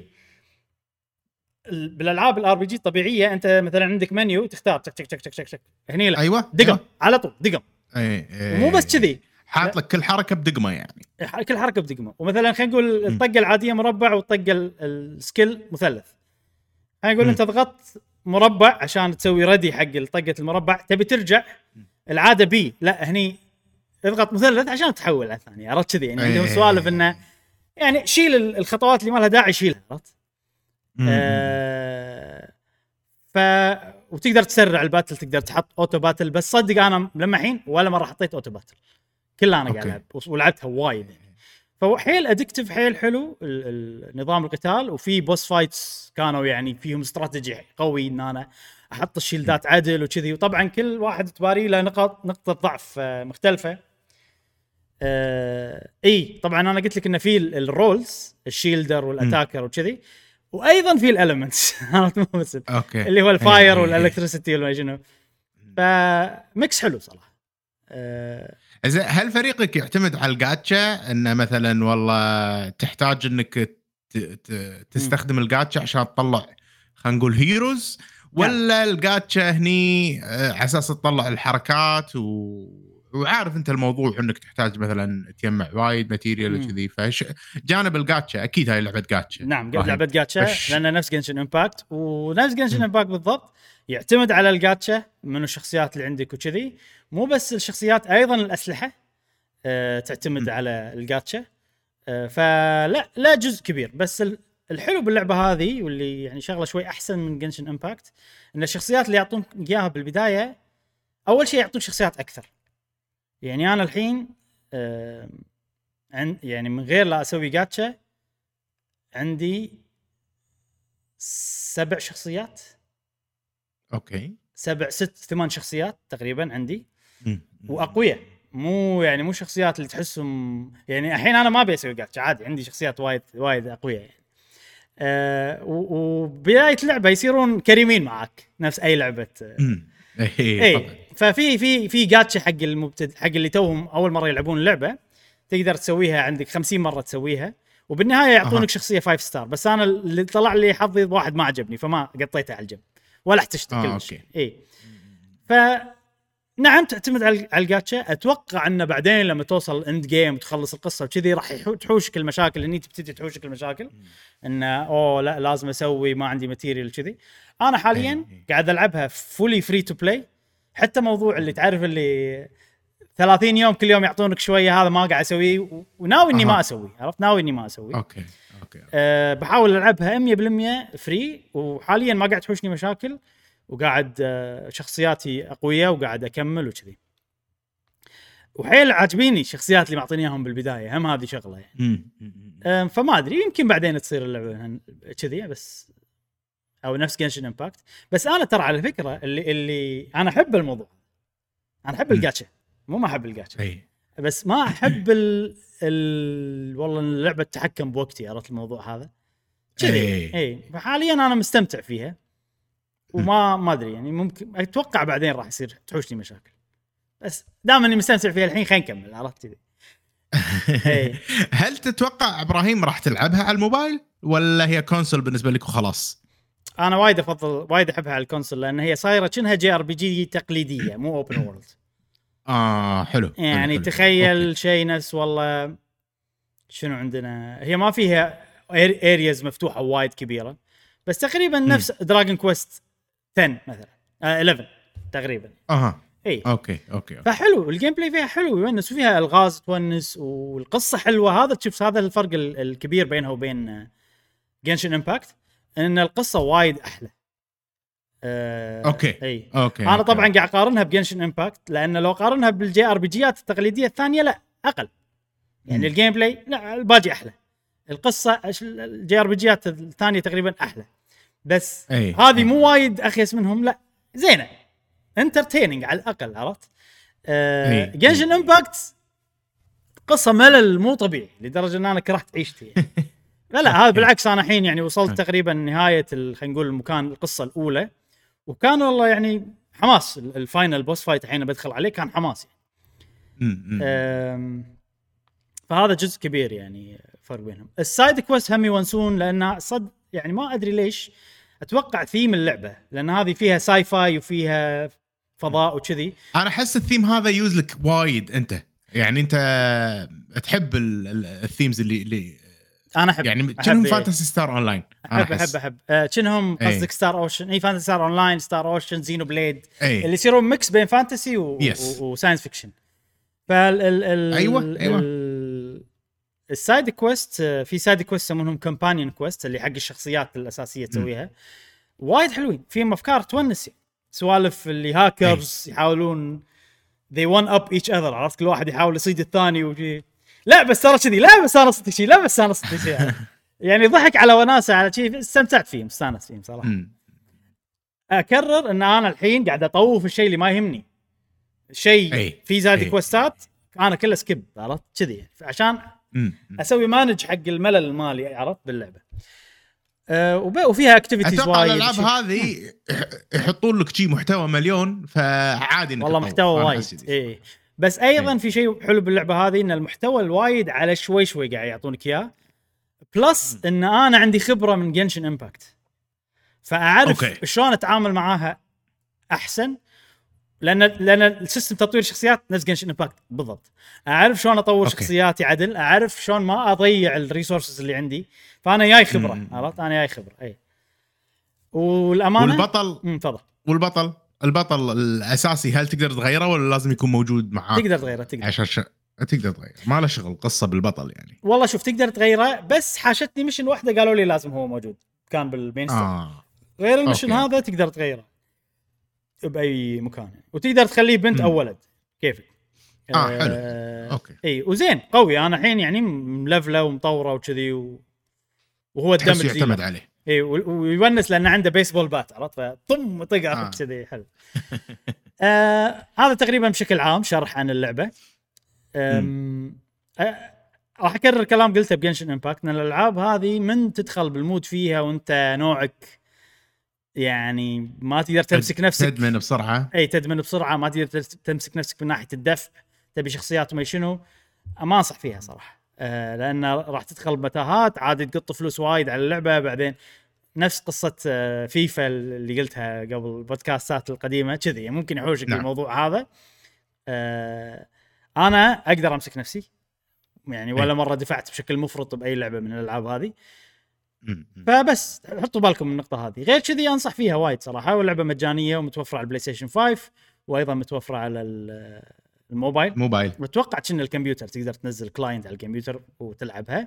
بالالعاب الار بي جي طبيعيه انت مثلا عندك منيو تختار تك تك تك تك تك, تك. هني لا ايوه دقم أيوة. على طول دقم. اي اي مو بس كذي، حاط لك كل حركه بدقمه، يعني كل حركه بدقمه. ومثلا خلينا نقول الطقه العاديه مربع والطقه السكيل مثلث. خلينا نقول انت ضغطت مربع عشان تسوي ردي حق الطقه المربع، تبي ترجع العاده بي، لا هني اضغط مثلث عشان تحول على الثانيه. عرفت كذي؟ يعني عندهم سوالف انه يعني شيل الخطوات اللي ما لها داعي شيلها. عرفت؟ آه ف وتقدر تسرع الباتل، تقدر تحط اوتو باتل. بس صدق انا لما الحين ولا مره حطيت اوتو باتل، كلها انا قاعد العب ولعبتها وايد يعني. فحيل ادكتيف، حيل حلو النظام القتال. وفي بوس فايتس كانوا يعني فيهم استراتيجي قوي ان انا احط الشيلدات عدل وكذي. وطبعا كل واحد تباري له نقاط نقطه ضعف مختلفه. آه اي طبعا انا قلت لك ان في الرولز الشيلدر والاتاكر وكذي، وايضا في الاليمنتس اللي هو الفاير والالكتريسيتي ولا شنو. فميكس حلو صراحه. آه اذا هل فريقك يعتمد على الجاتشا، انه مثلا والله تحتاج انك تستخدم الجاتشا عشان تطلع خلينا نقول هيروز، ولا الجاتشا هني على اساس تطلع الحركات و وعارف انت الموضوع انك تحتاج مثلا تجمع وايد ماتيريال وكذي. فش جانب الجاتشا اكيد هاي لعبه جاتشا. نعم لعبه جاتشا فش... لان نفس جنشن امباكت، ونفس جنشن امباكت بالضبط يعتمد على الجاتشا من الشخصيات اللي عندك وكذي. مو بس الشخصيات، ايضا الاسلحه أه تعتمد م. على الجاتشا. أه فلا لا جزء كبير. بس الحلو باللعبه هذه واللي يعني شغله شوي احسن من جنشن امباكت، ان الشخصيات اللي يعطونك اياها بالبدايه اول شيء يعطون شخصيات اكثر. يعني انا الحين آه عن يعني من غير لا اسوي جاتشا عندي سبع شخصيات. اوكي سبع ست ثمان شخصيات تقريبا عندي، واقوياء. مو يعني مو شخصيات اللي تحسهم يعني الحين انا ما ابي اسوي جاتشا عادي، عندي شخصيات وايد وايد اقوياء يعني. آه وبدايه اللعبه يصيرون كريمين معك نفس اي لعبه. اي ففي في في جاتشا حق المبتدئ، حق اللي توهم اول مره يلعبون اللعبه، تقدر تسويها عندك خمسين مره تسويها، وبالنهايه يعطونك أه. شخصيه فايف ستار. بس انا اللي طلع لي حظي واحد ما عجبني فما قطيته على الجنب ولا احتجت آه كل شيء. اي ف نعم تعتمد على الجاتشا. اتوقع انه بعدين لما توصل اند جيم وتخلص القصه وكذي راح تحوشك المشاكل، اني تبتدي تحوشك المشاكل انه اوه لا لازم اسوي ما عندي ماتيريال كذي. انا حاليا قاعد العبها فولي فري تو بلاي. حتى موضوع اللي تعرف اللي ثلاثين يوم كل يوم يعطونك شويه، هذا ما قاعد اسويه وناوي اني ما اسوي. عرفت؟ ناوي اني ما اسوي. اوكي اوكي أه بحاول العبها مية بالمية فري، وحاليا ما قاعد تحوشني مشاكل، وقاعد أه شخصياتي اقوياء وقاعد اكمل وكذي. وحيل عاجبيني الشخصيات اللي معطيني اياهم بالبدايه، هم هذه شغله يعني. أه فما ادري يمكن بعدين تصير اللعبه كذي بس، او نفس جنشن امباكت. بس انا ترى على فكره اللي اللي انا احب الموضوع، انا احب الجاتشا، مو ما احب الجاتشا. بس ما احب ال... ال... والله اللعبه تتحكم بوقتي، عرفت الموضوع هذا كذي. إيه. اي فحاليا انا مستمتع فيها، وما ما ادري يعني ممكن اتوقع بعدين راح يصير تحوشني مشاكل، بس دام اني مستمتع فيها الحين خلينا نكمل، عرفت كذي. إيه. هل تتوقع ابراهيم راح تلعبها على الموبايل ولا هي كونسول بالنسبه لك وخلاص؟ انا وايد افضل وايد احبها على الكونسول، لان هي صايره كأنها جي ار بي جي تقليديه مو اوبن وورلد. اه حلو. يعني حلو. تخيل شيء نفس والله شنو عندنا، هي ما فيها ارياز مفتوحه وايد كبيره، بس تقريبا نفس دراجون كويست عشرة مثلا، آه إحدى عشر تقريبا. اها اي اوكي اوكي, أوكي. فحلو الجيم بلاي فيها حلو يونس، وفيها الغاز تونس، والقصه حلوه. هذا تشوف هذا الفرق الكبير بينها وبين جنشن امباكت، ان القصه وايد احلى. آه اوكي اي اوكي انا أوكي. طبعا قاعد اقارنها بجنشن امباكت، لان لو قارنها بالجي ار بي جيات التقليديه الثانيه لا اقل، يعني م. الجيم بلاي لا الباقي احلى، القصه الجي ار بي جيات الثانيه تقريبا احلى، بس أي. هذه أي. مو وايد اخيس منهم، لا زينه انترتيننج على الاقل، عرفت. آه جنشن امباكت قصه ملل مو طبيعي لدرجه ان انا كرهت عيشتي يعني. لا لا هذا بالعكس، انا الحين يعني وصلت تقريبا نهايه خلينا نقول المكان القصه الاولى، وكان والله يعني حماس. الفاينل بوس فايت الحين بدخل عليه كان حماس يعني. فهذا جزء كبير يعني فرق بينهم. السايد كويست هم يونسون، لان صد يعني ما ادري ليش اتوقع ثيم اللعبه، لان هذه فيها ساي فاي وفيها فضاء وكذي. انا احس الثيم هذا يوز لك وايد انت، يعني انت تحب الثيمز اللي اللي انا احب يعني كأنهم فانتسي ستار اونلاين. احب احب احب كأنهم آه قصدك ستار اوشن. اي فانتسي ستار اونلاين، ستار اوشن، زينو بليد، أي. اللي يصيرون ميكس بين فانتسي و... yes. و... وساينس فيكشن. فال ال... ال... ايوه ايوه ال... السايد كويست، في سايد كويست يسمونهم كومبانيون كويست اللي حق الشخصيات الاساسيه تسويها، وايد حلوين، فيهم افكار تونس، سوالف اللي هاكرز يحاولون they one up each other، عرفت كل واحد يحاول يصيد الثاني وشي. لا بس ترى كذي، لا بس انا صدق شيء، لا بس انا صدق شيء يعني. يعني ضحك على وناسه على شيء، استمتعت فيهم، استانس فيهم صراحه. م. اكرر ان انا الحين قاعد اطوف الشيء اللي ما يهمني، شيء في زاد كويستات انا كله سكيب، عرفت كذي عشان م. اسوي مانج حق الملل المالي، عرفت باللعبه. أه وفيها اكتيفيتيز وايد. الالعاب هذه يحطون لك شيء محتوى مليون، فعادي والله محتوى وايد. اي بس ايضا إيه. في شيء حلو باللعبه هذه، ان المحتوى الوايد على شوي شوي قاعد يعطونك اياه، بلس ان انا عندي خبره من جنشن امباكت، فاعرف أوكي. شلون اتعامل معاها احسن، لان لان السيستم تطوير الشخصيات نفس جنشن امباكت بالضبط. اعرف شلون اطور أوكي. شخصياتي عدل، اعرف شلون ما اضيع الريسورسز اللي عندي، فانا جاي خبره، عرفت انا جاي خبره. اي والامانه والبطل امم تفضل. والبطل البطل الاساسي هل تقدر تغيره ولا لازم يكون موجود معاك؟ تقدر تغيره، تقدر عشان ش... تقدر تغيره، ما له شغل قصه بالبطل يعني. والله شوف تقدر تغيره، بس حاشتني ميشن واحده قالوا لي لازم هو موجود، كان بالمين ستوري. آه. غير الميشن هذا تقدر تغيره باي مكان يعني. وتقدر تخليه بنت م. او ولد كيفك. اه, آه حلو اوكي. اي وزين قوي، انا الحين يعني ملفله ومطوره وكذي و... وهو الدمج يعتمد عليه. اي ويونس لانه عنده بيسبول بات، عرفت، فطم طقه كذي. حلو. آه هذا تقريبا بشكل عام شرح عن اللعبه. آه راح اكرر كلام قلته بجنشن امباكت، ان الالعاب هذه من تدخل بالمود فيها وانت نوعك يعني ما تقدر تمسك نفسك، تدمن بسرعه. اي تدمن بسرعه، ما تقدر تمسك نفسك من ناحيه الدفع، تبي شخصيات ما شنو، ما انصح فيها صراحه. آه لان راح تدخل بمتاهات، عادي تقط فلوس وايد على اللعبه بعدين، نفس قصه آه فيفا اللي قلتها قبل البودكاستات القديمه كذي، ممكن يحوشك نعم. الموضوع هذا. آه انا اقدر امسك نفسي يعني، ولا مره دفعت بشكل مفرط باي لعبه من الالعاب هذه، فبس حطوا بالكم من النقطه هذه. غير كذي انصح فيها وايد صراحه، واللعبه مجانيه ومتوفره على البلاي ستيشن خمسة، وايضا متوفره على الموبايل. موبايل متوقع ان الكمبيوتر تقدر تنزل كلاينت على الكمبيوتر وتلعبها.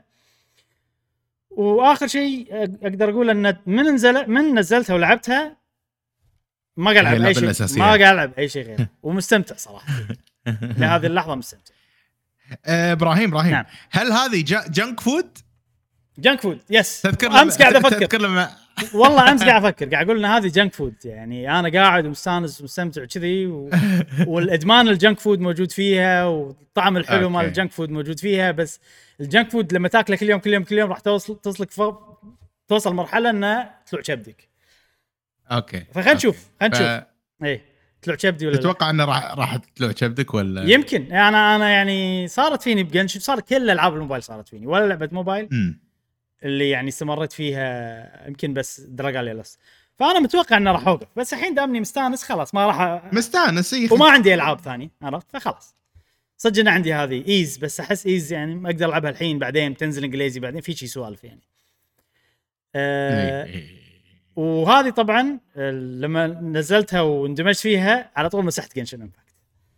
واخر شيء اقدر اقول ان من نزل من نزلتها ولعبتها ما قاعد العب اي شيء، ما قاعد العب اي شيء غير ومستمتع صراحه. لهذه اللحظه مستمتع. ابراهيم ابراهيم نعم. هل هذه جنك فود؟ جنك فود يس. تذكر امس قاعد افكر تذكر لما والله امس قاعد افكر قاعد اقول ان هذه جنك فود، يعني انا قاعد مستانس مستمتع كذي و... والادمان الجنك فود موجود فيها والطعم الحلو مال الجنك فود موجود فيها، بس الجنك فود لما تاكله كل يوم كل يوم كل يوم راح توصل تصلك فوق توصل مرحله انه تطلع كبدك. اوكي فخلينا نشوف خلينا نشوف ف... اي تطلع كبدي ولا تتوقع انه راح راح تطلع كبدك ولا يمكن؟ انا انا يعني صارت فيني بجنش، صار كل العاب الموبايل صارت فيني، ولا لعبه موبايل م. اللي يعني استمرت فيها يمكن بس دراجاليلس. فانا متوقع انه راح اوقف، بس الحين دامني مستانس خلاص ما راح أ... مستانس إيه. وما عندي العاب ثانيه عرفت، فخلاص صدق انا عندي هذه ايز، بس احس ايز يعني ما اقدر العبها الحين، بعدين تنزل انجليزي بعدين في شيء سوالف يعني. أه... وهذه طبعا لما نزلتها واندمجت فيها على طول مسحت جنشن امباكت.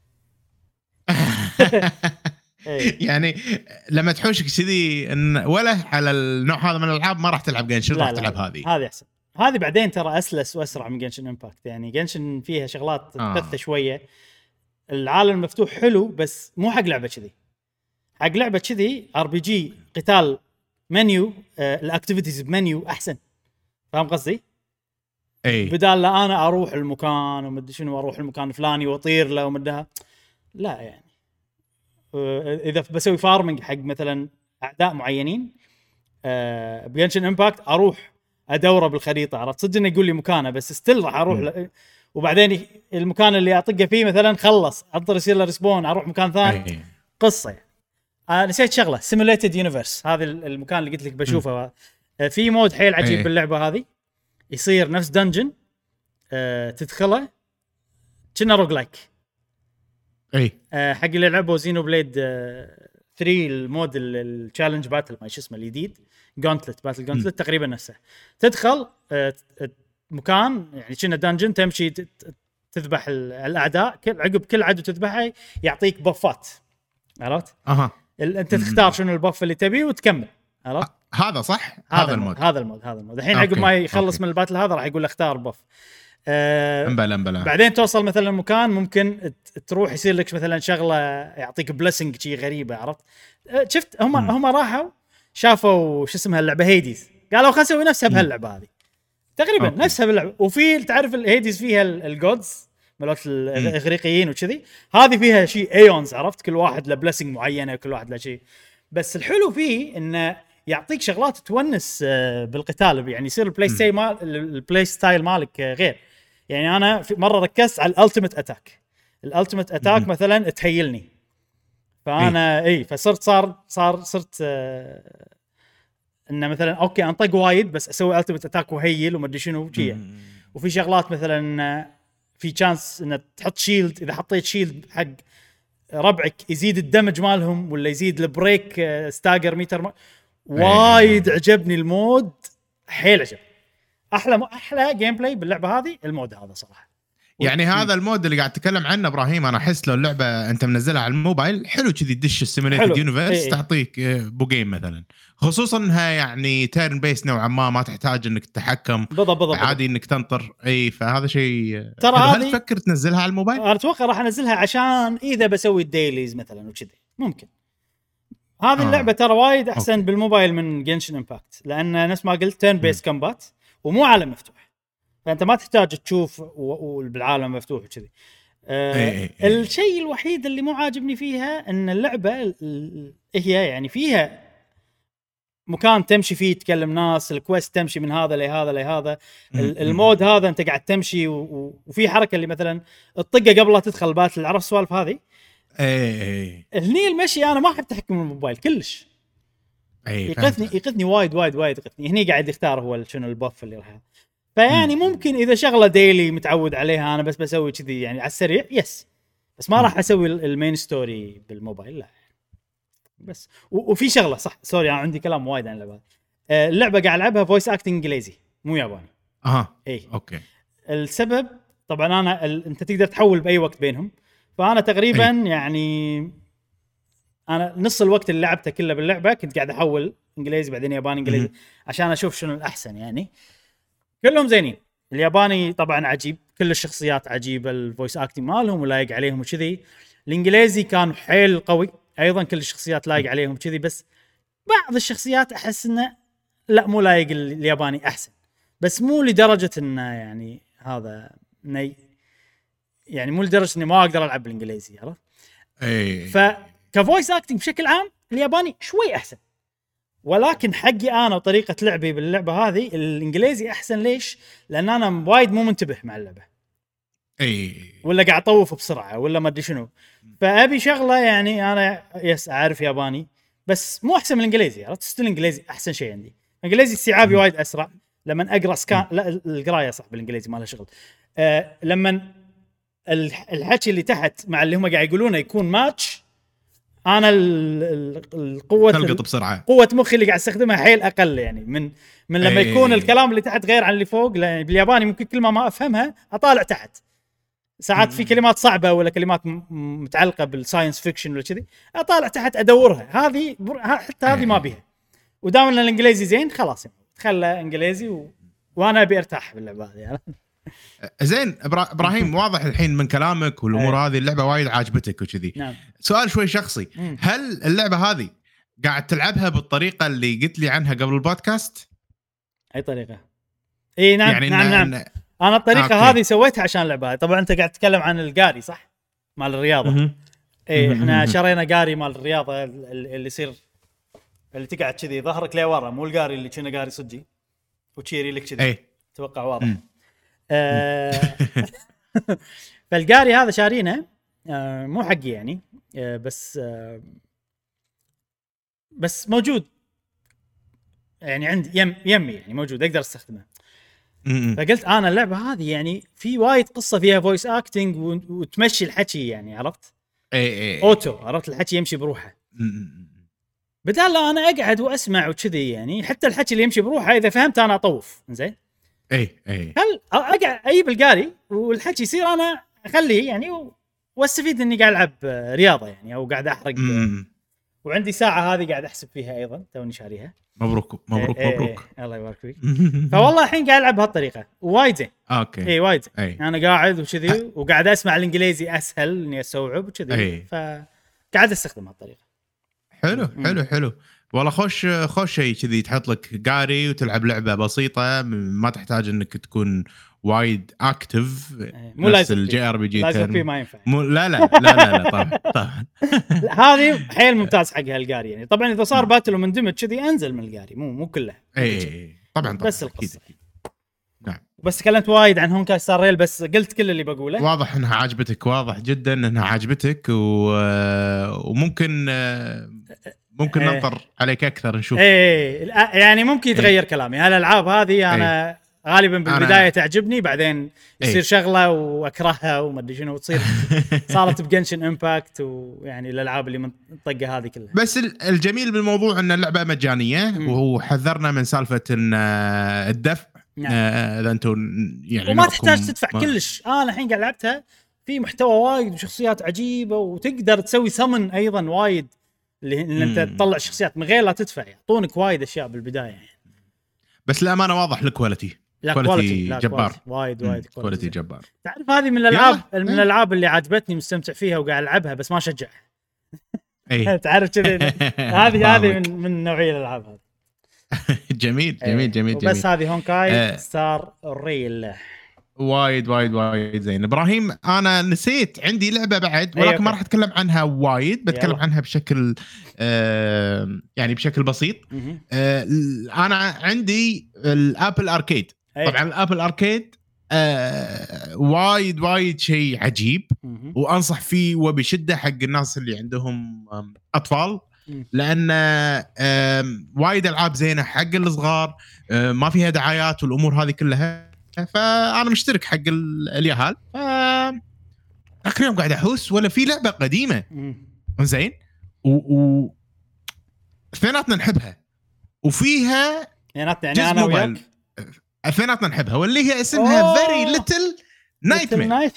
يعني لما تحوشك كذي ان ولا على النوع هذا من الالعاب ما راح تلعب جنشن، راح تلعب هذه هذه احسن. هذه بعدين ترى اسلس واسرع من جنشن امباكت، يعني جنشن فيها شغلات تث شويه، العالم مفتوح حلو بس مو حق لعبه كذي، حق لعبه كذي ار بي جي قتال منيو، آه الاكتيفيتيز بمنيو احسن، فاهم قصدي؟ اي بدال لا انا اروح المكان ومدري شنو اروح المكان الفلاني واطير له ومدها، لا يعني اذا بسوي فارمنج حق مثلا اعداء معينين أه بجنشن امباكت اروح ادوره بالخريطه، عرفت صدق انه يقول لي مكانه بس ستيل راح اروح ل... وبعدين المكان اللي اطقه فيه مثلا خلص انطر يصير له ريسبون اروح مكان ثاني. أي. قصه يعني. أه نسيت شغله سيموليتد يونيفرس، هذا المكان اللي قلت لك بشوفه أه في مود حيل عجيب. أي. باللعبه هذه يصير نفس دنجن أه تدخله كنا روج لايك. اي أه حق اللي لعبوا زينو بليد أه ثري المود التشالنج باتل ما اسمه الجديد جونتلت باتل جونتلت تقريبا نفسه، تدخل أه مكان يعني كنا دنجن تمشي تذبح الاعداء، كل عقب كل عدو تذبحه يعطيك بفات، عرفت؟ اها انت تختار شنو البف اللي تبيه وتكمل، عرفت؟ هذا صح هذا, هذا المود هذا المود هذا المود الحين عقب ما يخلص أوكي. من الباتل هذا راح يقول اختار بف. أه أمبلا أمبلا. بعدين توصل مثلا مكان ممكن تروح يصير لك مثلا شغله يعطيك بليسنج شيء غريبه، عرفت؟ أه شفت هم م. هم راحوا شافوا شو اسمها اللعبه هيديز، قالوا خلينا نسوي نفسها بهاللعبه هذه تقريبا أوكي. نفسها باللعبه، وفي تعرف الهيديز فيها الجودز مالت الاغريقيين وكذي، هذه فيها شيء ايونز، عرفت؟ كل واحد له بليسنج معينه وكل واحد له شيء، بس الحلو فيه انه يعطيك شغلات تونس بالقتال، يعني يصير البلاي ستايل مال البلاي ستايل مالك غير. يعني انا في مره ركزت على الالتيميت اتاك، الالتيميت اتاك مثلا تهيلني، فانا اي فصرت صار صار صرت آه انه مثلا اوكي انطق وايد بس اسوي التيميت اتاك وهيل وما ادري شنو وجيه. وفي شغلات مثلا في تشانس ان تحط شيلد، اذا حطيت شيلد حق ربعك يزيد الدمج مالهم ولا يزيد البريك ستاجر ميتر ما... وايد عجبني المود حيل عجب، احلى م... احلى جيم بلاي باللعبه هذه المود هذا صراحه. يعني و... هذا المود اللي قاعد تتكلم عنه ابراهيم، انا احس لو اللعبه انت منزلها على الموبايل حلو كذي تدش السيموليتد يونيفرس تعطيك بو جيم مثلا، خصوصا انها يعني تيرن بيس نوعا ما ما تحتاج انك تتحكم بالضبط عادي انك تنطر. اي فهذا شيء ترى هل تفكر تنزلها على الموبايل؟ انا اتوقع راح انزلها عشان اذا بسوي الديليز مثلا وكذا ممكن. هذه آه. اللعبه ترى وايد احسن أوكي. بالموبايل من جنشن امباكت، لان نفس ما قلت تيرن بيس كومبات ومو عالم مفتوح، فانت ما تحتاج تشوف بالعالم مفتوح وكذي. آه أي أي أي. الشيء الوحيد اللي مو عاجبني فيها ان اللعبه هي يعني فيها مكان تمشي فيه تكلم ناس، الكويست تمشي من هذا لهذا لهذا، المود هذا انت قاعد تمشي وفي حركه اللي مثلا الطقه قبل لا تدخل باتل، عرف السوالف هذه. اي هني المشي انا ما احب تحكم الموبايل كلش، يقثني يقثني وايد وايد وايد يقثني. هني قاعد يختار هو شنو البف اللي راح، فيعني ممكن اذا شغله ديلي متعود عليها انا بس بسوي كذي يعني على السريع يس، بس ما راح اسوي المين ستوري بالموبايل لا. بس وفي شغله صح سوري انا عندي كلام وايد عن اللعبه. اللعبه قاعد العبها فويس اكتنج انجليزي مو ياباني. اها اي اوكي. السبب طبعا انا ال... انت تقدر تحول باي وقت بينهم، فانا تقريبا أي. يعني انا نص الوقت اللي لعبته كله باللعبه كنت قاعد احول انجليزي بعدين ياباني انجليزي م- عشان اشوف شنو الاحسن. يعني كلهم زينين، الياباني طبعا عجيب كل الشخصيات عجيبه، الفويس اكتنج مالهم ولايق عليهم وكذي. الانجليزي كان حيل قوي ايضا كل الشخصيات لايق عليهم كذي، بس بعض الشخصيات احس انه لا مو لايق الياباني احسن. بس مو لدرجه انه يعني هذا ني يعني مو لدرجه اني ما اقدر العب بالانجليزي عرفت. اي فكفويس اكتنج بشكل عام الياباني شوي احسن، ولكن حقي انا وطريقه لعبي باللعبه هذه الانجليزي احسن. ليش؟ لان انا وايد مو منتبه مع اللعبه اي ولا قاعد اطوف بسرعه ولا ما ادري شنو، فابي شغله يعني انا يس اعرف ياباني بس مو احسن من الانجليزي عرفت. ستيل الانجليزي احسن شيء عندي. الانجليزي استيعابي وايد اسرع لما اقرا سكان، لا القرايه صح بالانجليزي ما لها شغل. أه لما الحكي اللي تحت مع اللي هم قاعد يقولونه يكون ماتش، انا القوه تلقط بسرعه، قوه مخي اللي قاعد استخدمها حيل اقل يعني من من لما أي يكون الكلام اللي تحت غير عن اللي فوق. لان بالياباني ممكن كلمه ما افهمها اطالع تحت ساعات في كلمات صعبه ولا كلمات متعلقه بالساينس فيكشن ولا كذي، اطالع تحت ادورها. هذه حتى هذه ما بيها. ودام ان الانجليزي زين خلاص خلى انجليزي و... وانا ابي ارتاح باللعبه هذه يعني. زين ابراهيم، واضح الحين من كلامك والامور هذه اللعبه وايد عاجبتك وكذي. نعم. سؤال شوي شخصي، مم. هل اللعبه هذه قاعد تلعبها بالطريقه اللي قلت لي عنها قبل البودكاست؟ اي طريقه؟ اي نعم يعني نعم, نعم. إن... انا الطريقه أوكي. هذه سويتها عشان اللعبه. طبعا انت قاعد تتكلم عن القاري صح مال الرياضه. اي احنا شرينا قاري مال الرياضه اللي يصير اللي تقعد كذي ظهرك ليه ورا، مو القاري اللي كنا قاري صجي وتشيري لك كذي. اتوقع واضح. آه فالقاري هذا شارينه آه مو حقي يعني آه بس آه بس موجود يعني عندي يم يمي يعني موجود اقدر استخدمه. فقلت انا اللعبه هذه يعني في وايد قصه فيها فويس اكتنج وتمشي الحكي يعني عرفت. اي اي اوتو عرفت الحكي يمشي بروحه بدال لا انا اقعد واسمع وكذي يعني. حتى الحكي اللي يمشي بروحه اذا فهمت انا اطوف زين. اي اي هل اقعد اجيب القاري والحكي يصير انا اخليه يعني و... واستفيد اني قاعد العب رياضه يعني او قاعد احرق. وعندي ساعه هذه قاعد احسب فيها ايضا توني شاريها. مبروك مبروك ايه مبروك ايه الله يبارك فيك. فوالله الحين قاعد العب بهالطريقه وايد زين. اوكي اي وايد ايه. انا قاعد وكذي وقاعد اسمع الانجليزي اسهل اني استوعب وكذي ايه. فقاعد استخدم هالطريقه. حلو حلو حلو والله. خوش خوش شيء كذي تحط لك قاري وتلعب لعبه بسيطه ما تحتاج انك تكون وايد اكتف. مو لازم الجي ار بي جي لازم فيه ما ينفع. مو لا لا لا لا, لا طبعا طبعا. هذه حيل ممتاز حق هالقاري يعني. طبعا اذا صار باتل ومندمج كذي انزل من القاري مو مو كله. اي طبعا طبعا بس القصه. نعم. بس تكلمت وايد عن هونكاي ستار ريل بس قلت كل اللي بقوله. واضح انها عاجبتك، واضح جدا انها عاجبتك و... وممكن ممكن ايه. ننطر عليك اكثر نشوف. ايه يعني ممكن يتغير ايه. كلامي. هالالعاب هذه انا ايه. غالبا بالبدايه أنا... تعجبني بعدين يصير ايه. شغله واكرهها وما ادري شنو وتصير. صارت بجنشن امباكت ويعني الالعاب اللي منطقه هذه كلها. بس الجميل بالموضوع ان اللعبه مجانيه وحذرنا من سالفه ان الدفع. نعم. اذا انتم يعني وما تحتاج تدفع ما... كلش. انا آه الحين قاعد لعبتها في محتوى وايد وشخصيات عجيبه وتقدر تسوي سمن ايضا وايد اللي انت تطلع شخصيات من غير لا تدفع. يعطونك وايد اشياء بالبدايه يعني. بس الامانه واضح الكواليتي كواليتي جبار وايد وايد كواليتي جبار. تعرف هذه من الالعاب من الالعاب اللي عجبتني مستمتع فيها وقاعد العبها بس ما اشجع. اي تعرف كذا هذه هذه من من نوعيه الالعاب هذه. جميل جميل جميل جميل. بس هذه هونكاي آه. ستار ريل وايد وايد وايد زين. ابراهيم انا نسيت عندي لعبه بعد ولكن ما راح اتكلم عنها وايد، بتكلم عنها بشكل آه يعني بشكل بسيط. آه انا عندي الابل اركيد. طبعا الابل اركيد آه وايد وايد شيء عجيب وانصح فيه وبشده حق الناس اللي عندهم اطفال لان وايد العاب زينه حق الصغار ما فيها دعايات والامور هذه كلها. فانا مشترك حق اليهال اخر يوم قاعد احوس ولا في لعبه قديمه زين و اثنيناتنا نحبها وفيها يعني انا وياك اثنيناتنا نحبها واللي هي اسمها فيري ليتل نايتمير.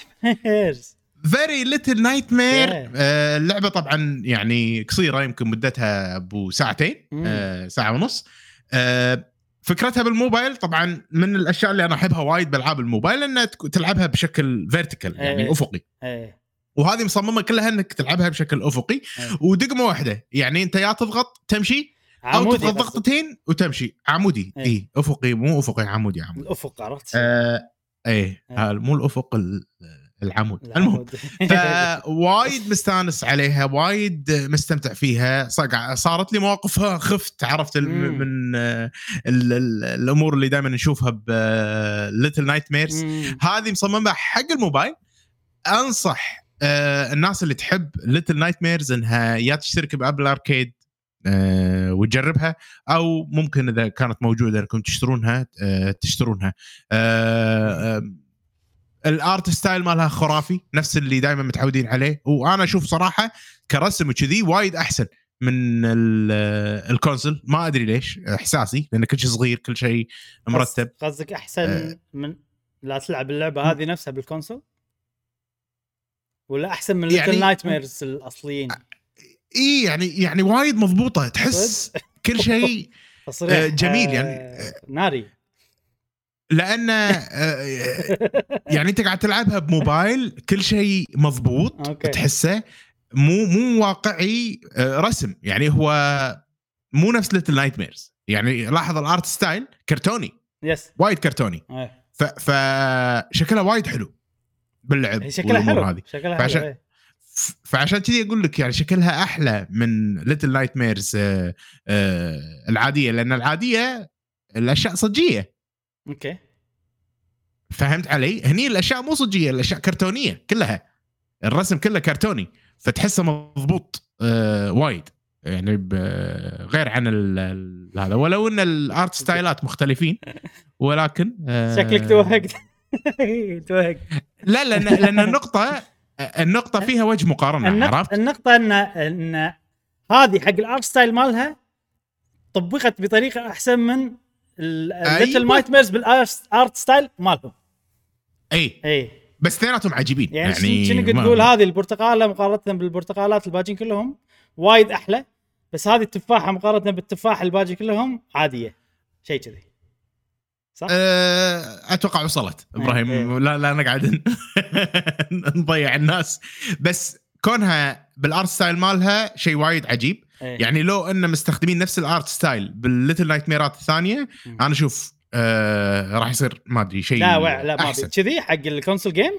فيري ليتل نايتمير. اللعبه طبعا يعني قصيره يمكن مدتها ابو ساعتين آه ساعه ونص. آه فكرتها بالموبايل. طبعا من الاشياء اللي انا احبها وايد بالعاب الموبايل ان تلعبها بشكل فيرتيكال يعني ايه. افقي ايه. وهذه مصممه كلها انك تلعبها بشكل افقي. ايه. ودقمه واحده يعني انت يا تضغط تمشي او تضغط ضغطتين وتمشي عمودي. اي إيه. افقي مو افقي عمودي عمودي الافق عرفت آه ايه آه. مو الافق العمود. المهم فوايد مستانس عليها وايد مستمتع فيها صارت لي مواقفها خفت عرفت من ال ال الامور اللي دائما نشوفها بليتل نايت ميرز هذه مصممه حق الموبايل. انصح آه الناس اللي تحب ليتل نايت ميرز انها يا تشترك بابل اركيد أه وتجربها او ممكن اذا كانت موجوده انكم تشترونها أه تشترونها. أه أه الارت ستايل مالها خرافي نفس اللي دائما متعودين عليه وانا اشوف صراحه كرسم وكذي وايد احسن من الكونسول. ما ادري ليش احساسي لان كل شيء صغير كل شيء مرتب. قصدك احسن أه من لا تلعب اللعبه هذه نفسها بالكونسول ولا احسن من يعني نايت ميرز الاصليين؟ اي يعني يعني وايد مضبوطه تحس كل شيء جميل يعني ناري لان يعني انت قاعد تلعبها بموبايل كل شيء مضبوط تحسه مو مو واقعي رسم يعني هو مو نفس ليتل نايت ميرز. يعني لاحظ الارت ستايل كرتوني يس وايد كرتوني فشكلها وايد حلو باللعب شكلها حلو هذه شكلها فعشان حلو فعشان كذي اقول لك يعني شكلها احلى من ليتل نايت ميرز العاديه لان العاديه الاشياء صجيه. اوكي فهمت علي؟ هني الاشياء مو صجيه الاشياء كرتونيه كلها الرسم كله كرتوني فتحسه مضبوط آه وايد يعني غير عن هذا ولو ان الارت ستايلات مختلفين ولكن آه شكلك توهقت توهق لا لان لان النقطه النقطه فيها وجه مقارنه النقطة عرفت النقطه ان ان هذه حق الارت ستايل مالها طبقت بطريقه احسن من الليتل نايت ميرز بالارت ستايل مالهم. اي اي بس اثنيناتهم عجيبين يعني, يعني شنو تقول هذه البرتقاله مقارنه بالبرتقالات الباجين كلهم وايد احلى بس هذه التفاحه مقارنه بالتفاح الباجي كلهم عاديه شيء كذي صح؟ أه اتوقع وصلت ابراهيم. أيه. لا لا انا قاعد نضيع الناس بس كونها بالارت ستايل مالها شيء وايد عجيب. أيه. يعني لو ان مستخدمين نفس الارت ستايل بالليتل نايت ميرات الثانيه م. انا اشوف أه راح يصير ما ادري شيء لا لا ما كذي حق الكونسول جيم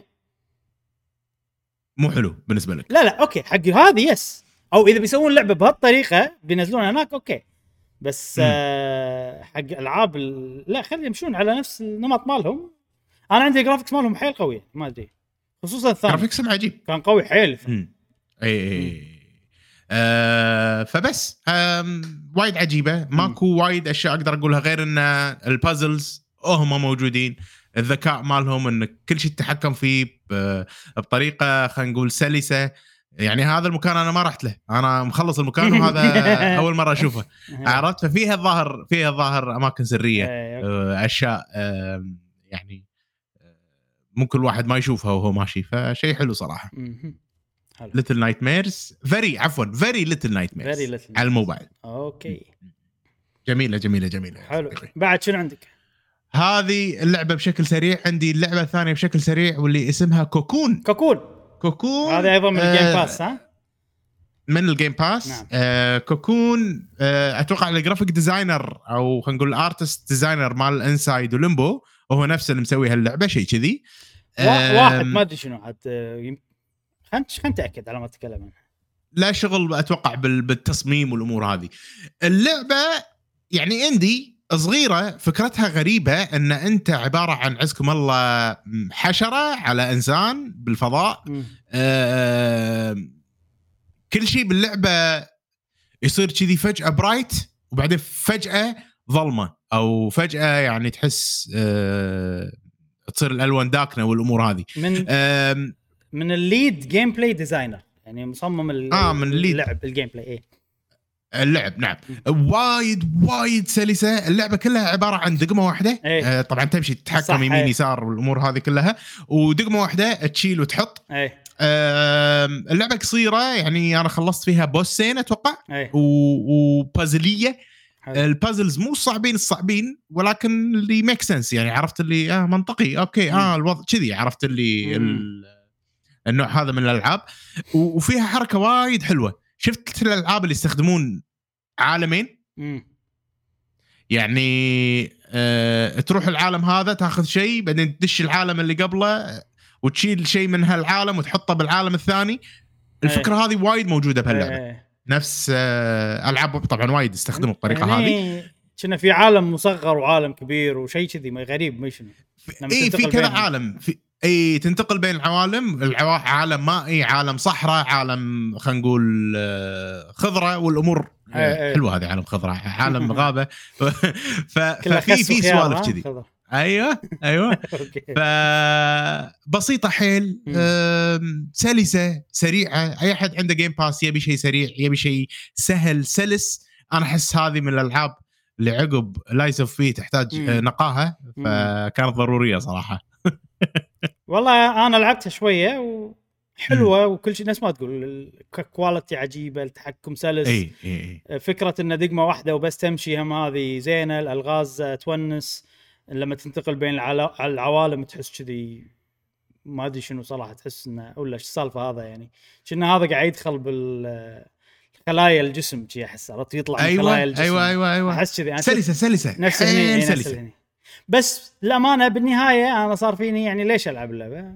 مو حلو بالنسبه لك. لا لا اوكي حق هذه يس او اذا بيسوون لعبه بهالطريقه بينزلونها هناك اوكي بس آه حق العاب ال... لا خليهم يمشون على نفس النمط مالهم. انا عندي جرافيكس مالهم حيل قويه ما ادري خصوصا الثاني جرافيكس عجيب كان قوي حيل. اي اي آه فبس وايد عجيبه ماكو وايد اشياء اقدر اقولها غير ان البازلز هم موجودين الذكاء مالهم ان كل شيء تتحكم فيه بطريقه خلينا نقول سلسه. يعني هذا المكان انا ما رحت له انا مخلص المكان وهذا اول مره اشوفه عرفت. ففيها الظاهر فيها الظاهر اماكن سريه اشياء يعني ممكن الواحد ما يشوفها وهو ماشي فشيء حلو صراحه. ليتل نايت ميرز فيري عفوا فيري ليتل نايت ميرز على الموبايل. اوكي جميله جميله جميله حلو. بعد شنو عندك؟ هذه اللعبه بشكل سريع. عندي اللعبه الثانيه بشكل سريع واللي اسمها كوكون. كوكون كوكون هذا ايضا من آه الجيم باس ها من الجيم باس. نعم. آه كوكون آه اتوقع الجرافيك ديزاينر او خلينا نقول الارتست ديزاينر مال انسايد وليمبو وهو نفسه اللي مسوي هاللعبه شيء كذي. آه واحد ما ادري شنو عاد خلنا خلنا نتاكد على ما اتكلم عنها. لا شغل اتوقع بالتصميم والامور هذه. اللعبه يعني اندي صغيره فكرتها غريبه ان انت عباره عن عزكم الله حشره على انسان بالفضاء. آه كل شيء باللعبه يصير كذي فجاه برايت وبعدين فجاه ظلمه او فجاه يعني تحس آه تصير الالوان داكنه والامور هذه من آه من الليد جيم بلاي ديزاينر يعني مصمم آه من اللعب الجيم بلاي ايه اللعب. نعم وايد وايد سلسه اللعبه كلها عباره عن دقمه واحده. ايه. آه طبعا تمشي تتحكم يمين يسار والامور هذه كلها ودقمه واحده تشيل وتحط. ايه. آه اللعبه قصيره يعني انا خلصت فيها بوسين اتوقع. ايه. وبازليه. البازلز مو صعبين الصعبين ولكن اللي ميك سنس يعني عرفت اللي آه منطقي اوكي م. اه الوضع كذي عرفت اللي النوع هذا من الالعاب وفيها حركه وايد حلوه. شفت الالعاب اللي يستخدمون عالمين امم يعني أه تروح العالم هذا تاخذ شيء بعدين تدش العالم اللي قبله وتشيل شيء من هالعالم وتحطه بالعالم الثاني. الفكره ايه. هذه وايد موجوده بهاللعبه. ايه. نفس أه العاب طبعا وايد يستخدموا الطريقه هذه. يعني كنا في عالم مصغر وعالم كبير وشيء كذي غريب ما شنو. اي في كذا عالم في اي تنتقل بين العوالم. العوا... عالم مائي، عالم صحراء، عالم خلينا نقول خضره والامور ايه. حلوه. هذه عالم خضره، عالم غابه. ف... ففي في سوالف كذي. ايوه ايوه. فبسيطه حيل، سلسه سريعه. اي احد عنده جيم باس يبي شيء سريع، يبي شيء سهل سلس. انا احس هذه من الالعاب اللي عقب لايز اوف بي تحتاج مم. نقاهه، فكانت ضروريه صراحه. والله انا لعبتها شويه وحلوه وكل شيء. ناس ما تقول كواليتي عجيبه، التحكم سلس. اي اي فكره ان دقمه واحده وبس تمشي هم هذه زينه. الالغاز تونس لما تنتقل بين العوالم تحس كذي ما ادري شنو صراحه. تحس انه ولا ايش السالفه هذا يعني كأنه هذا قاعد يدخل بال خلايا الجسم شي احس عرفت يطلع من أيوة خلايا الجسم. ايوه ايوه ايوه احس كذي سلسه سلسه نفس هني سلسه هني. بس الامانه بالنهايه انا صار فيني يعني ليش العب اللعبه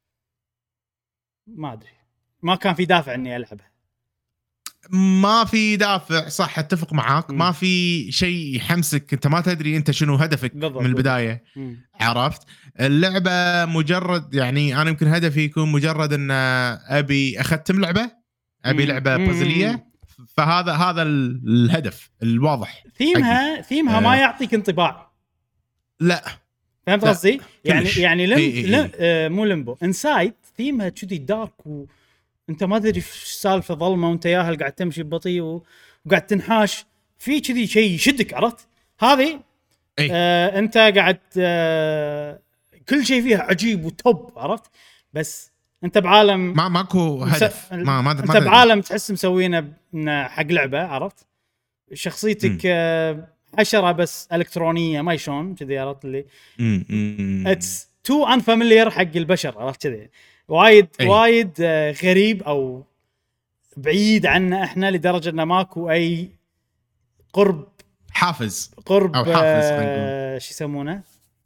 ما ادري. ما كان في دافع اني العبها. ما في دافع صح، اتفق معاك. م. ما في شيء يحمسك، انت ما تدري انت شنو هدفك من البدايه. م. عرفت اللعبه مجرد يعني انا يمكن هدفي يكون مجرد ان ابي اختم لعبه، ابي م. لعبه بازليه. فهذا هذا الهدف الواضح. ثيمها ثيمها آه. ما يعطيك انطباع. لا فهمت قصدي؟ يعني يعني لم... إيه إيه لم... آه مو لمبو انسايد ثيمها كذي دارك وانت ما تدري ايش السالفه، ظلمه وانت ياهل قاعد تمشي ببطيء وقاعد تنحاش في كذي شيء يشدك. عرفت هذه إيه؟ آه انت قاعد آه كل شيء فيها عجيب وتوب. عرفت بس انت بعالم ما ماكو هدف. مس... ما ما انت بعالم تحس مسوينه حق لعبه. عرفت شخصيتك آه حشره بس الكترونيه ما يشون كذي. عرفت اللي اتس تو انفاميليار حق البشر. عرفت كذي وايد أي. وايد آه غريب او بعيد عنا احنا لدرجه انه ماكو اي قرب حافز قرب او حافز آه شو يسمونه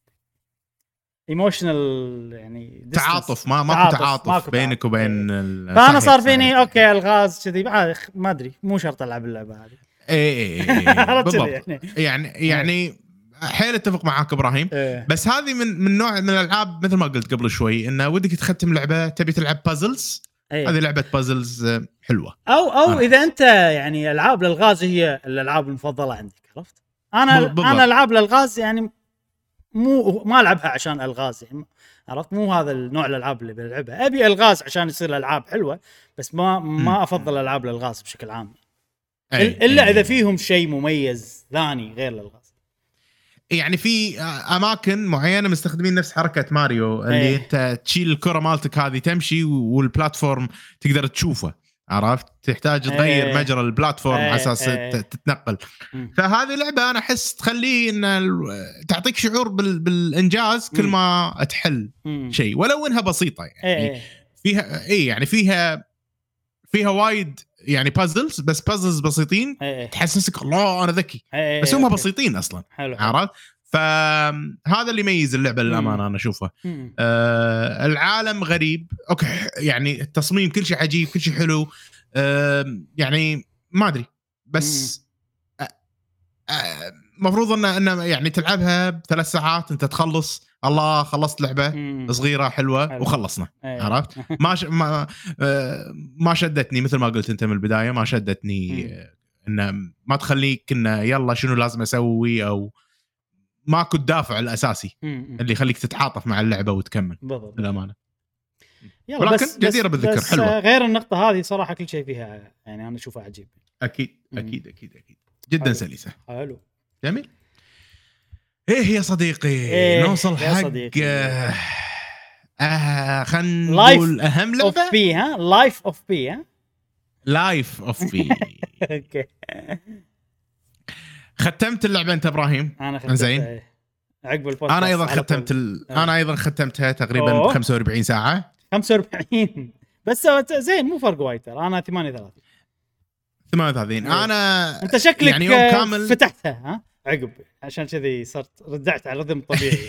ايموشنال يعني تعاطف. ما ماكو تعاطف, تعاطف بينك تعاطف. وبين إيه. فانا صار فيني اوكي الغاز كذي ما ادري مو شرط العب اللعبه هذه. اي اي بالضبط. يعني يعني, يعني حيل اتفق معاك ابراهيم. إيه. بس هذه من من نوع من الالعاب مثل ما قلت قبل شوي انه ودك تختم لعبه تبي تلعب بازلز. أيه. هذه لعبه بازلز حلوه. او او اذا انت يعني العاب للغاز هي الالعاب المفضله عندك. عرفت انا بالضبط. انا العاب للغاز يعني مو ما العبها عشان الغاز يعني. عرفت مو هذا النوع الالعاب اللي بلعبها. ابي الغاز عشان يصير الالعاب حلوه بس ما ما افضل العاب للغاز بشكل عام. أي. الا أي. اذا فيهم شيء مميز ثاني غير للغاز. يعني في اماكن معينه مستخدمين نفس حركه ماريو اللي أيه. انت تشيل الكره مالتك هذه تمشي والبلاتفورم تقدر تشوفه. عرفت تحتاج تغير أيه. مجرى البلاتفورم على اساس أيه. تتنقل. م. فهذه لعبه انا احس تخليه ان تعطيك شعور بالانجاز كل ما تحل شيء ولو انها بسيطه يعني. أيه. فيها اي يعني فيها فيها وايد يعني بازلز بس بازلز بسيطين. أيه. تحسسك الله انا ذكي. أيه. بس هم بسيطين اصلا. عرفت فهذا اللي يميز اللعبه للامانه انا اشوفها. آه العالم غريب اوكي يعني التصميم كل شيء عجيب كل شيء حلو. آه يعني ما ادري بس مفروض ان ان يعني تلعبها بثلاث ساعات انت تخلص. الله خلصت لعبه مم. صغيره حلوه حلو. وخلصنا. أيه. عرفت ما ش... ما ما شدتني مثل ما قلت انت من البدايه. ما شدتني ان ما تخليك ان يلا شنو لازم اسوي او ماكو الدافع الاساسي مم. اللي يخليك تتعاطف مع اللعبه وتكمل للامانه. ولكن بس جديره بس بالذكر بس حلوه. غير النقطه هذه صراحه كل شيء فيها يعني انا اشوفه عجيب. اكيد اكيد اكيد اكيد جدا حلو. سلسه. حلو جميل. ايه يا صديقي إيه نوصل يا حق صديقي. آه, آه خلينا نقول اهم لعبه اوف بي. ها لايف اوف بي. ها لايف اوف بي. اوكي ختمت اللعبه انت ابراهيم؟ انا ختمتها زين عقب البودكاست. انا ايضا ختمت ال... انا ايضا ختمتها تقريبا ب خمسة وأربعين ساعه. خمسة وأربعين بس زين مو فرق وايد. انا ثمانية وثلاثين ثمانية وثلاثين. انا انت شكلك يعني يوم كامل فتحتها ها عقب عشان كذي صرت رجعت على الرذم الطبيعي.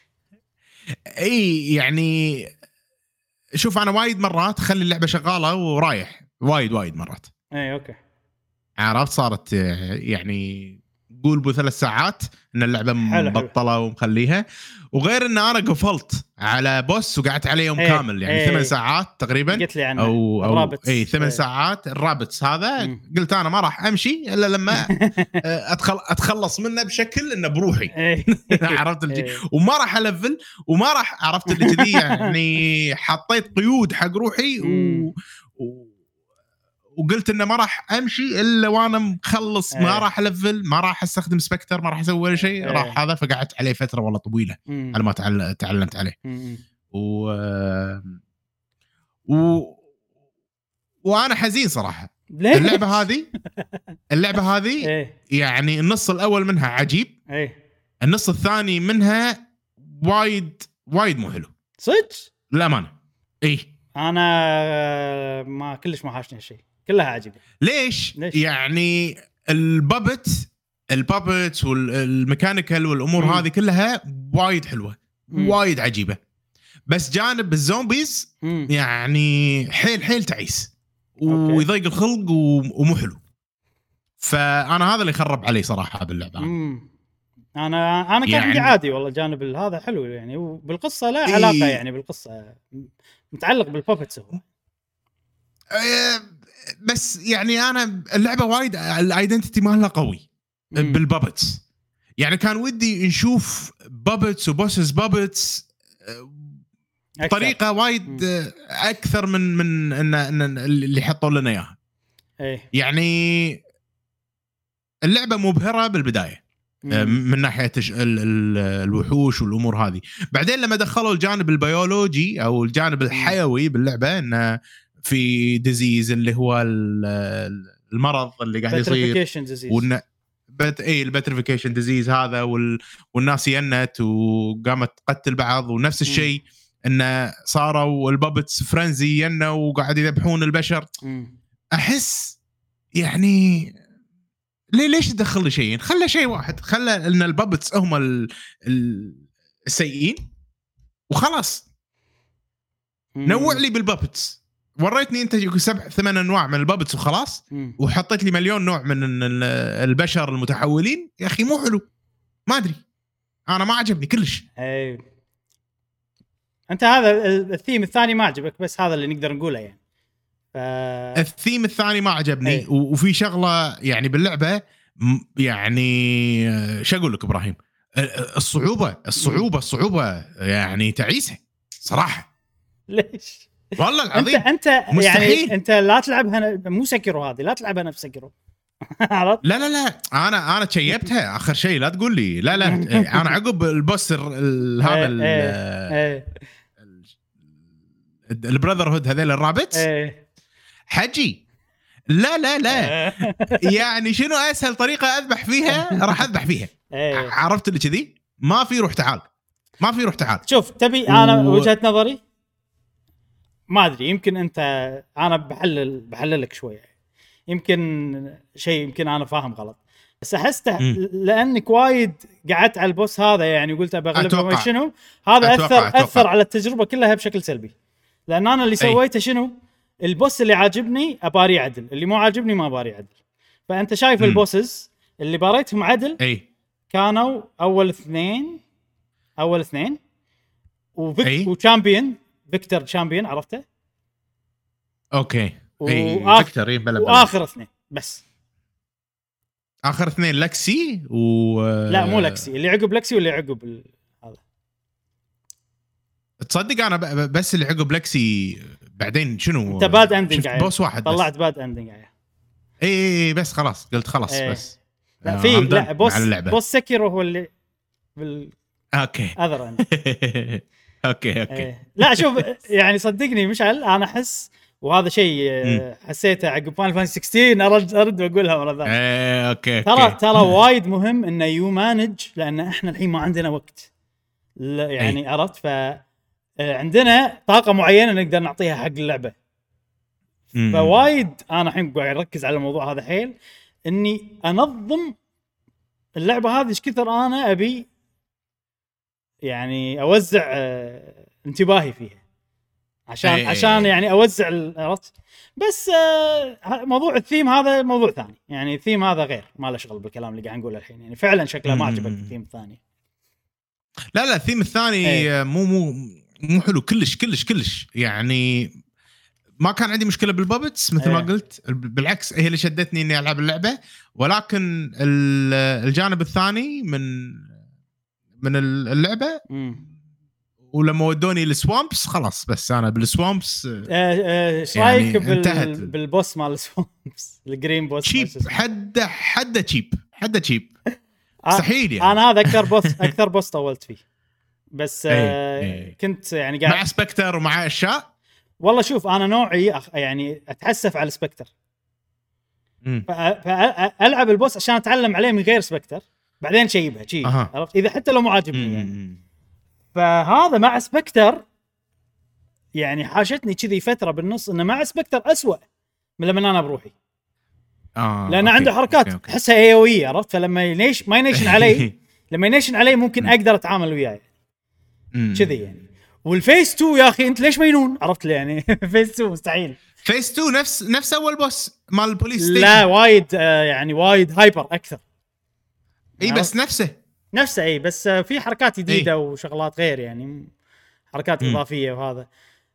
اي يعني شوف انا وايد مرات خلي اللعبه شغاله ورايح وايد وايد مرات. اي اوكي عرفت صارت يعني قول بو ثلاث ساعات ان اللعبه مبطله ومخليها. وغير ان انا قفلت على بوس وقعدت عليه يوم ايه كامل يعني ثمان ايه ساعات تقريبا قلت لي عنه او, أو اي ثمان ايه. ساعات الرابتس هذا مم. قلت انا ما راح امشي الا لما ادخل اتخلص منه بشكل انه بروحي. ايه. عرفت اللي ايه. وما راح الفل وما راح عرفت اللي كذي يعني حطيت قيود حق روحي و... و... وقلت انه ما راح امشي الا وانا مخلص. ما راح الفل ما راح استخدم سبكتر ما راح اسوي ولا شيء. راح هذا فقعدت عليه فتره والله طويله على ما تعلمت عليه. و... و وانا حزين صراحه. اللعبه هذه اللعبه هذه يعني النص الاول منها عجيب. النص الثاني منها وايد وايد مو حلو صدق للامانه. اي انا ما كلش ما حاشني هالشيء كلها عجيبه. ليش؟, ليش يعني البابت البابت والميكانيكال والامور مم. هذه كلها وايد حلوه مم. وايد عجيبه. بس جانب الزومبيز مم. يعني حيل حيل تعيس ويضيق الخلق ومو حلو. فانا هذا اللي خرب علي صراحه باللعبه. مم. انا انا كان عندي يعني عادي والله جانب هذا حلو يعني وبالقصه لا إيه علاقه يعني بالقصه متعلق بالبابتس هو. بس يعني انا اللعبه وايد الايدنتيتي مالها قوي مم. بالبابتس. يعني كان ودي نشوف بابتس وبوسز بابتس بطريقه وايد مم. اكثر من من ان اللي حطوا لنا اياها. ايه يعني اللعبه مبهره بالبدايه مم. من ناحيه الوحوش والامور هذه. بعدين لما دخلوا الجانب البيولوجي او الجانب الحيوي باللعبه انه في ديزيز اللي هو المرض اللي قاعد يصير والن... بت... اي البتريفيكيشن ديزيز هذا وال... والناس ينت وقامت تقتل بعض. ونفس الشيء انه صاروا البابتس فرنزي ينوا وقاعد يذبحون البشر. مم. احس يعني ليه ليش تدخل لي شيئين؟ خلى شيء واحد خلى ان البابتس هم ال... ال... السيئين وخلاص. مم. نوع لي بالبابتس. وريتني انت سبع ثمان انواع من البابتس وخلاص مم. وحطيت لي مليون نوع من البشر المتحولين. يا اخي مو حلو ما ادري انا ما عجبني كلش. اي انت هذا الثيم الثاني ما عجبك بس هذا اللي نقدر نقوله يعني. ف... الثيم الثاني ما عجبني أي. وفي شغله يعني باللعبه يعني شو اقول لك ابراهيم الصعوبه الصعوبه الصعوبه يعني تعيسه صراحه. ليش والله العظيم انت انت مستحيل. يعني انت لا تلعبها مو سكرو هذه لا تلعبها نفس سكرو. لا لا لا انا انا تشيبتها اخر شيء لا تقول لي لا لا انا عقب البوس هذا البراذر هود هذول الرابط حجي لا لا لا يعني شنو اسهل طريقه اذبح فيها راح اذبح فيها. عرفت اللي كذي ما في روح تعال ما في روح تعال. شوف تبي انا و... وجهة نظري ما ادري يمكن انت انا بحلل بحللك شويه يمكن شيء يمكن انا فاهم غلط بس احس لانك وايد قعدت على البوس هذا يعني قلت بغلبه شنو هذا أتوقع اثر أتوقع. اثر على التجربه كلها بشكل سلبي. لان انا اللي سويته شنو البوس اللي عاجبني اباري عدل اللي مو عاجبني ما باري عدل. فانت شايف م. البوسز اللي باريتهم عدل أي. كانوا اول اثنين اول اثنين وفيك وشامبيون فيكتور شامبيون عرفته اوكي وآخ... فيكتور اي بلا بلا واخر اثنين بس اخر اثنين لكسي و لا مو لكسي اللي عقب لكسي واللي عقب ال... هذا تصدق انا ب... بس اللي عقب لكسي بعدين شنو انت باد اندنج بوس واحد طلعت باد اندنج اي اي بس خلاص قلت خلاص ايه. بس لا في لا بوس بوس سكيرو هو اللي بال اوكي اذر اوكي اوكي ايه. لا شوف يعني صدقني مشعل انا احس وهذا شيء حسيته عقب فاينل فانتسي ستة عشر ارد ارد واقولها مره ثانيه ايه اوكي ترى ترى وايد مهم انه يو مانج لان احنا الحين ما عندنا وقت يعني ايه. عرفت ف عندنا طاقه معينه نقدر نعطيها حق اللعبه فوايد انا الحين قاعد اركز على الموضوع هذا حيل، اني انظم اللعبه هذه ايش كثر انا ابي يعني اوزع آه انتباهي فيها عشان أي عشان يعني اوزع الرت. بس آه موضوع الثيم هذا موضوع ثاني، يعني الثيم هذا غير ما له شغل بالكلام اللي قاعد نقوله الحين. يعني فعلا شكله ما عجبك الثيم الثاني. لا لا الثيم الثاني أي. مو مو مو حلو كلش كلش كلش. يعني ما كان عندي مشكله بالبابتس مثل أيه. ما قلت، بالعكس هي اللي شدتني اني العب اللعبه، ولكن الجانب الثاني من من اللعبه م. ولما ودوني السوامبس خلاص، بس انا بالسوامبس ايش رايك بال... بالبوس مال السوامبس الجرين بوس؟ تشيب حد حد تشيب حد تشيب مستحيل يعني. انا هذا اكثر بوس اكثر بوس طولت فيه، بس أي. أي. كنت يعني قاعد مع سبكتر ومع اشياء. والله شوف انا نوعي أخ... يعني اتحسف على سبكتر، فالعب البوس عشان اتعلم عليه من غير سبكتر، بعدين شيبها شيء أه. عرفت؟ اذا حتى لو مو عاجبني يعني. فهذا مع سبكتر يعني حاشتني كذي فتره بالنص انه مع سبكتر أسوأ من لما انا بروحي. اه لان عنده حركات تحسها ايويه، عرفت؟ فلما ينيش ما ينيشن علي لما ينيشن علي ممكن اقدر اتعامل وياه كذي يعني. والفيس تو يا اخي انت ليش مجنون؟ عرفت لي يعني فيس تو مستحيل. فيس تو نفس نفس اول بوس مال البوليس ستيشن. لا وايد آه يعني وايد هايبر اكثر. اي بس نفسه نفسه اي بس آه في حركات جديده أي. وشغلات غير يعني حركات م. اضافيه وهذا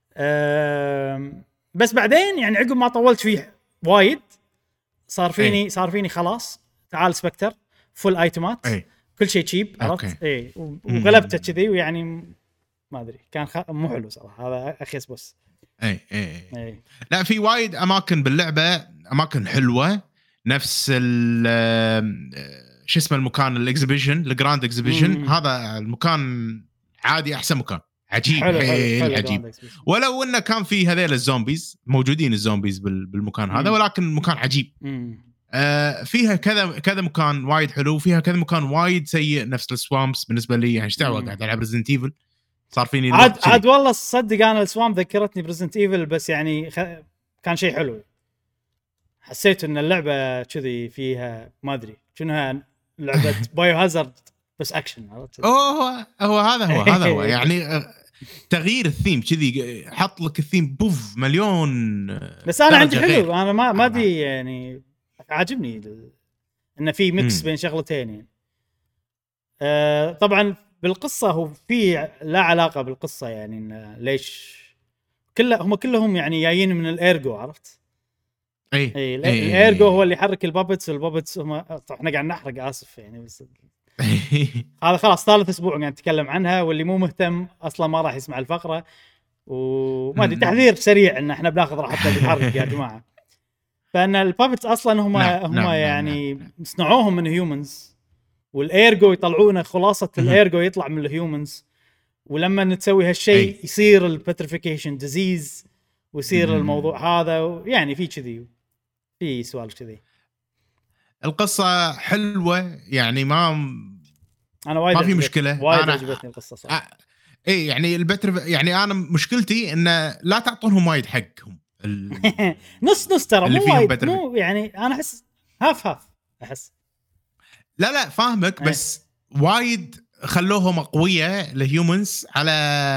آه. بس بعدين يعني عقب ما طولت فيه وايد صار فيني أي. صار فيني خلاص تعال سبكتر فول ايتمات أي. كل شيء تشيب، عرفت؟ اي وغلبته كذي ويعني ما ادري كان خ... مو حلو صراحه. هذا اخيس بس اي اي, أي. لا في وايد اماكن باللعبه اماكن حلوه، نفس ال شو اسمه المكان الاكزيبيشن الجراند اكزيبيشن، هذا المكان عادي احسن مكان عجيب حلو حلو حلو عجيب. ولو انه كان في هذيل الزومبيز موجودين الزومبيز بالمكان هذا، ولكن المكان عجيب. آه فيها كذا كذا مكان وايد حلو، فيها كذا مكان وايد سيء نفس السوامبس بالنسبه لي. يعني ايش دعوه قاعد العب ريزيدنت ايفل صار فيني عاد عاد والله صدق انا السوام ذكرتني بريزنت ايفل، بس يعني خ... كان شيء حلو. حسيت ان اللعبه كذي فيها ما ادري شنوها لعبه بايو هازارد بس اكشن. هو هو هذا هو هذا هو يعني تغيير الثيم كذي، حط لك الثيم بوف مليون. بس انا عندي حلو انا ما ما ادري يعني عاجبني انه في ميكس بين شغلتين يعني. آه طبعا بالقصة هو في لا علاقة بالقصة يعني إن ليش كله هم كلهم يعني جايين من الإيرجو، عرفت؟ أي أي الإيرجو هو اللي يحرك البابتس والبابتس هم. احنا قاعد نحرق آسف يعني بس هذا خلاص ثالث أسبوع قاعد نتكلم عنها، واللي مو مهتم أصلا ما راح يسمع الفقرة. وما أدري تحذير سريع إن احنا بناخذ راحتنا بالحرق يا جماعة. فإن البابتس أصلا هم نعم هم نعم يعني نعم صنعوهم من هيومنز، والايرجو يطلعونه خلاصه الايرجو يطلع من الهيومنز، ولما نتسوي هالشيء يصير البتريفيكيشن ديزيز ويصير الموضوع هذا يعني في كذي في سوالف كذي. القصه حلوه يعني ما انا وايد ما في مشكله، وايد انا عجبتني القصه صراحه. اي يعني البتر يعني انا مشكلتي انه لا تعطونهم وايد حقهم ال... نص نص ترى مو وايد مو يعني انا احس هاف هاف احس. لا لا فاهمك أيه. بس وايد خلوهم قويه الهيومنز على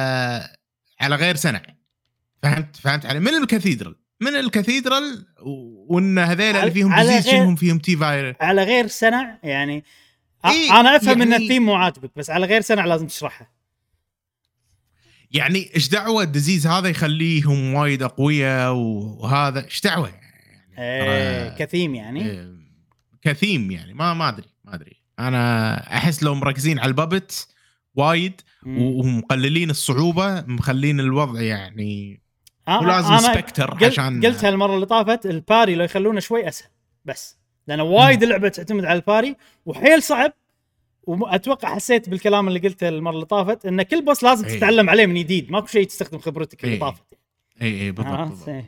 على غير سنع. فهمت فهمت علي من الكاثيدرال من الكاثيدرال وان هذول اللي فيهم ديزيز شنهم فيهم تي فاير على غير سنع يعني. إيه انا افهم يعني ان الثيم مو عاجبك، بس على غير سنع لازم تشرحها. يعني ايش دعوه الديزيز هذا يخليهم وايد اقوياء وهذا ايش دعوه يعني ايه كثيم يعني إيه كثيم يعني ما ما ادري ما ادري انا احس لو مركزين على البابت وايد ومقللين الصعوبه مخلين الوضع يعني آه ولازم سبكتر قلت عشان قلتها المره اللي طافت الباري لو يخلونه شوي اسهل، بس لانه وايد اللعبه تعتمد على الباري وحيل صعب. واتوقع حسيت بالكلام اللي قلته المره اللي طافت ان كل بوس لازم أي. تتعلم عليه من جديد، ماكو شيء تستخدم خبرتك اللي طافت. اي اي بالضبط, آه بالضبط. بالضبط.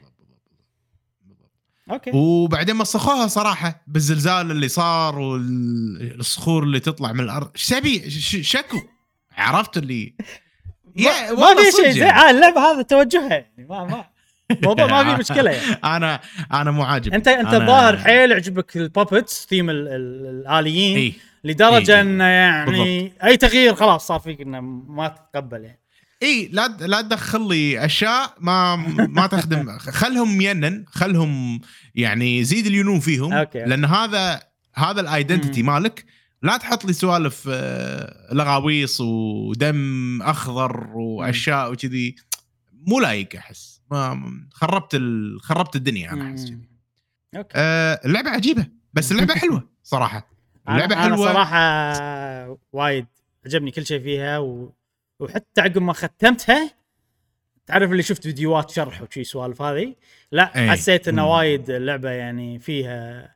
اوكي. وبعدين مسخوها صراحه بالزلزال اللي صار والصخور اللي تطلع من الارض. ايش تبي شكو عرفت اللي يا ما في شيء زي يعني. اللعبه هذا توجهها يعني ما ما موضوع ما في مشكله يعني. انا انا مو عاجب. انت انت الظاهر حيل عجبك البابتس ثيم ال- ال- الاليين إيه؟ لدرجه إيه. انه يعني بالضبط. اي تغيير خلاص صار فيك انه ما تتقبل يعني. اي لا لا تدخل لي اشياء ما ما تخدم. خلهم ينن، خلهم يعني زيد الينون فيهم. أوكي. لان هذا هذا الايدنتيتي مالك. لا تحط لي سوالف آه، لغاويص ودم اخضر واشياء وكذي، مو لايق. احس ما خربت ال... خربت الدنيا. انا احس كذي. اوكي. آه اللعبه عجيبه بس اللعبه حلوه صراحه. اللعبه أنا حلوه انا صراحه وايد عجبني كل شيء فيها و... وحتى عقب ما ختمتها تعرف اللي شفت فيديوهات شرح وشي سوالف هذه، لا أي. حسيت انه مم. وايد اللعبه يعني فيها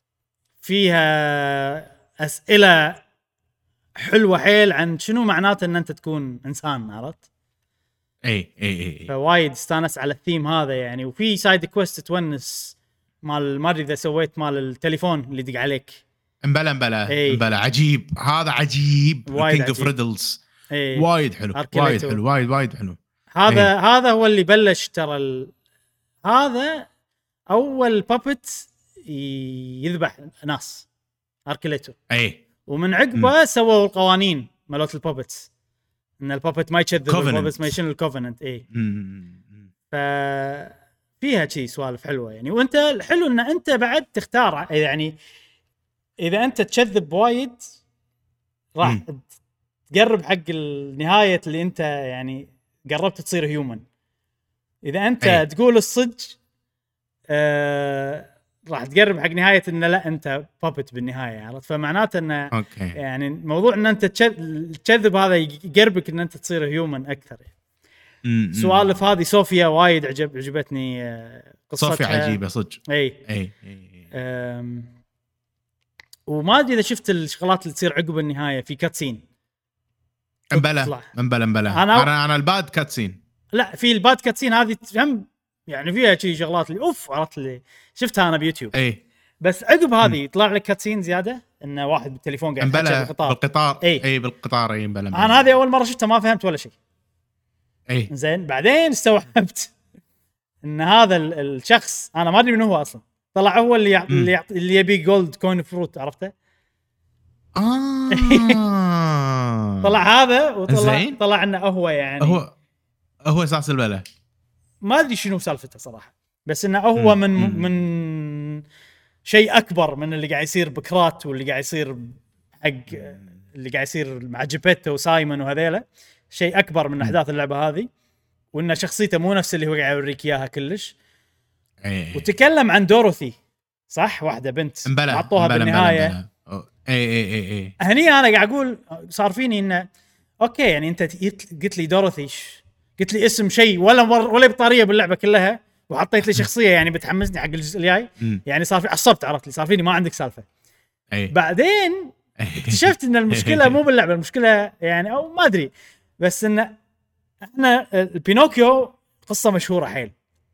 فيها اسئله حلوه حيل عن شنو معناته ان انت تكون انسان، عرفت؟ اي اي اي فوايد استانس على الثيم هذا يعني. وفي سايد كويست تونس مال ما ادري اذا سويت مال التليفون اللي يدق عليك. امبلا امبلا إيه. امبلا عجيب. هذا عجيب. وايد كينج اوف عجيب. ريدلز إيه. وايد حلو. أركيليتو. وايد حلو وايد وايد حلو. هذا إيه. هذا هو اللي بلش ترى ال... هذا اول بابت يذبح ناس، اركيليتو. اي ومن عقبه سووا القوانين مالت البابتس ان البابت ما يكذب، Covenant. البابتس ما يشيل الكوفننت. اي ف فيها شيء سوالف حلوه يعني. وانت الحلو ان انت بعد تختار يعني اذا انت تكذب وايد راح مم. تقرب حق النهايه اللي انت يعني قربت تصير هيومن. اذا انت أي. تقول الصدق آه راح تقرب حق نهايه ان لا انت بابت بالنهايه، عرفت؟ فمعناته انه اوكي يعني موضوع ان انت تكذب هذا يقربك ان انت تصير هيومن اكثر يعني. مم. سوالف هذه صوفيا وايد عجب عجبتني قصتها. صوفيا عجيبه صدق. اي اي اي أم... وما ادري اذا شفت الشغلات اللي تصير عقب النهايه في كاتسين. امبلا امبلا امبلا أنا... انا انا الباد كاتسين. لا في الباد كاتسين هذه هم يعني فيها شيء شغلات اللي اوف، عرفت اللي شفتها انا بيوتيوب. اي بس عقب هذه يطلع لك كاتسين زياده انه واحد بالتليفون قاعد يحكي بالقطار. بالقطار اي, أي بالقطار. اي امبلا انا هذه اول مره شفتها ما فهمت ولا شيء. اي زين بعدين استوعبت ان هذا الشخص انا ما ادري من هو اصلا، طلع هو اللي يع... اللي, يعط... اللي يبي جولد كوين فروت، عرفته؟ اه طلع هذا وطلع زين. طلع انه هو يعني هو هو اساس البلا. ما ادري شنو سالفته صراحه، بس انه هو مم. من مم. من شيء اكبر من اللي قاعد يصير بكرات واللي قاعد يصير حق اللي قاعد يصير مع جيبيتو وسايمون وهذيلا، شيء اكبر من احداث اللعبه هذه. وان شخصيته مو نفس اللي هو قاعد يوريك اياها كلش. أي. وتكلم عن دوروثي صح، واحده بنت عطوها بالنهايه. اي اي اي اي هني انا قاعد اقول صار فيني انه اوكي يعني انت قلت لي دوروثي، قلت لي اسم شيء ولا ولا بطاريه باللعبه كلها، وحطيت لي شخصيه يعني بتحمسني حق الجزء الجاي. يعني صار في عصبت، عرفت لي صار فيني ما عندك سالفه. أي. بعدين اكتشفت ان المشكله مو باللعبه، المشكله يعني او ما ادري، بس ان احنا البينوكيو قصه مشهوره حيل،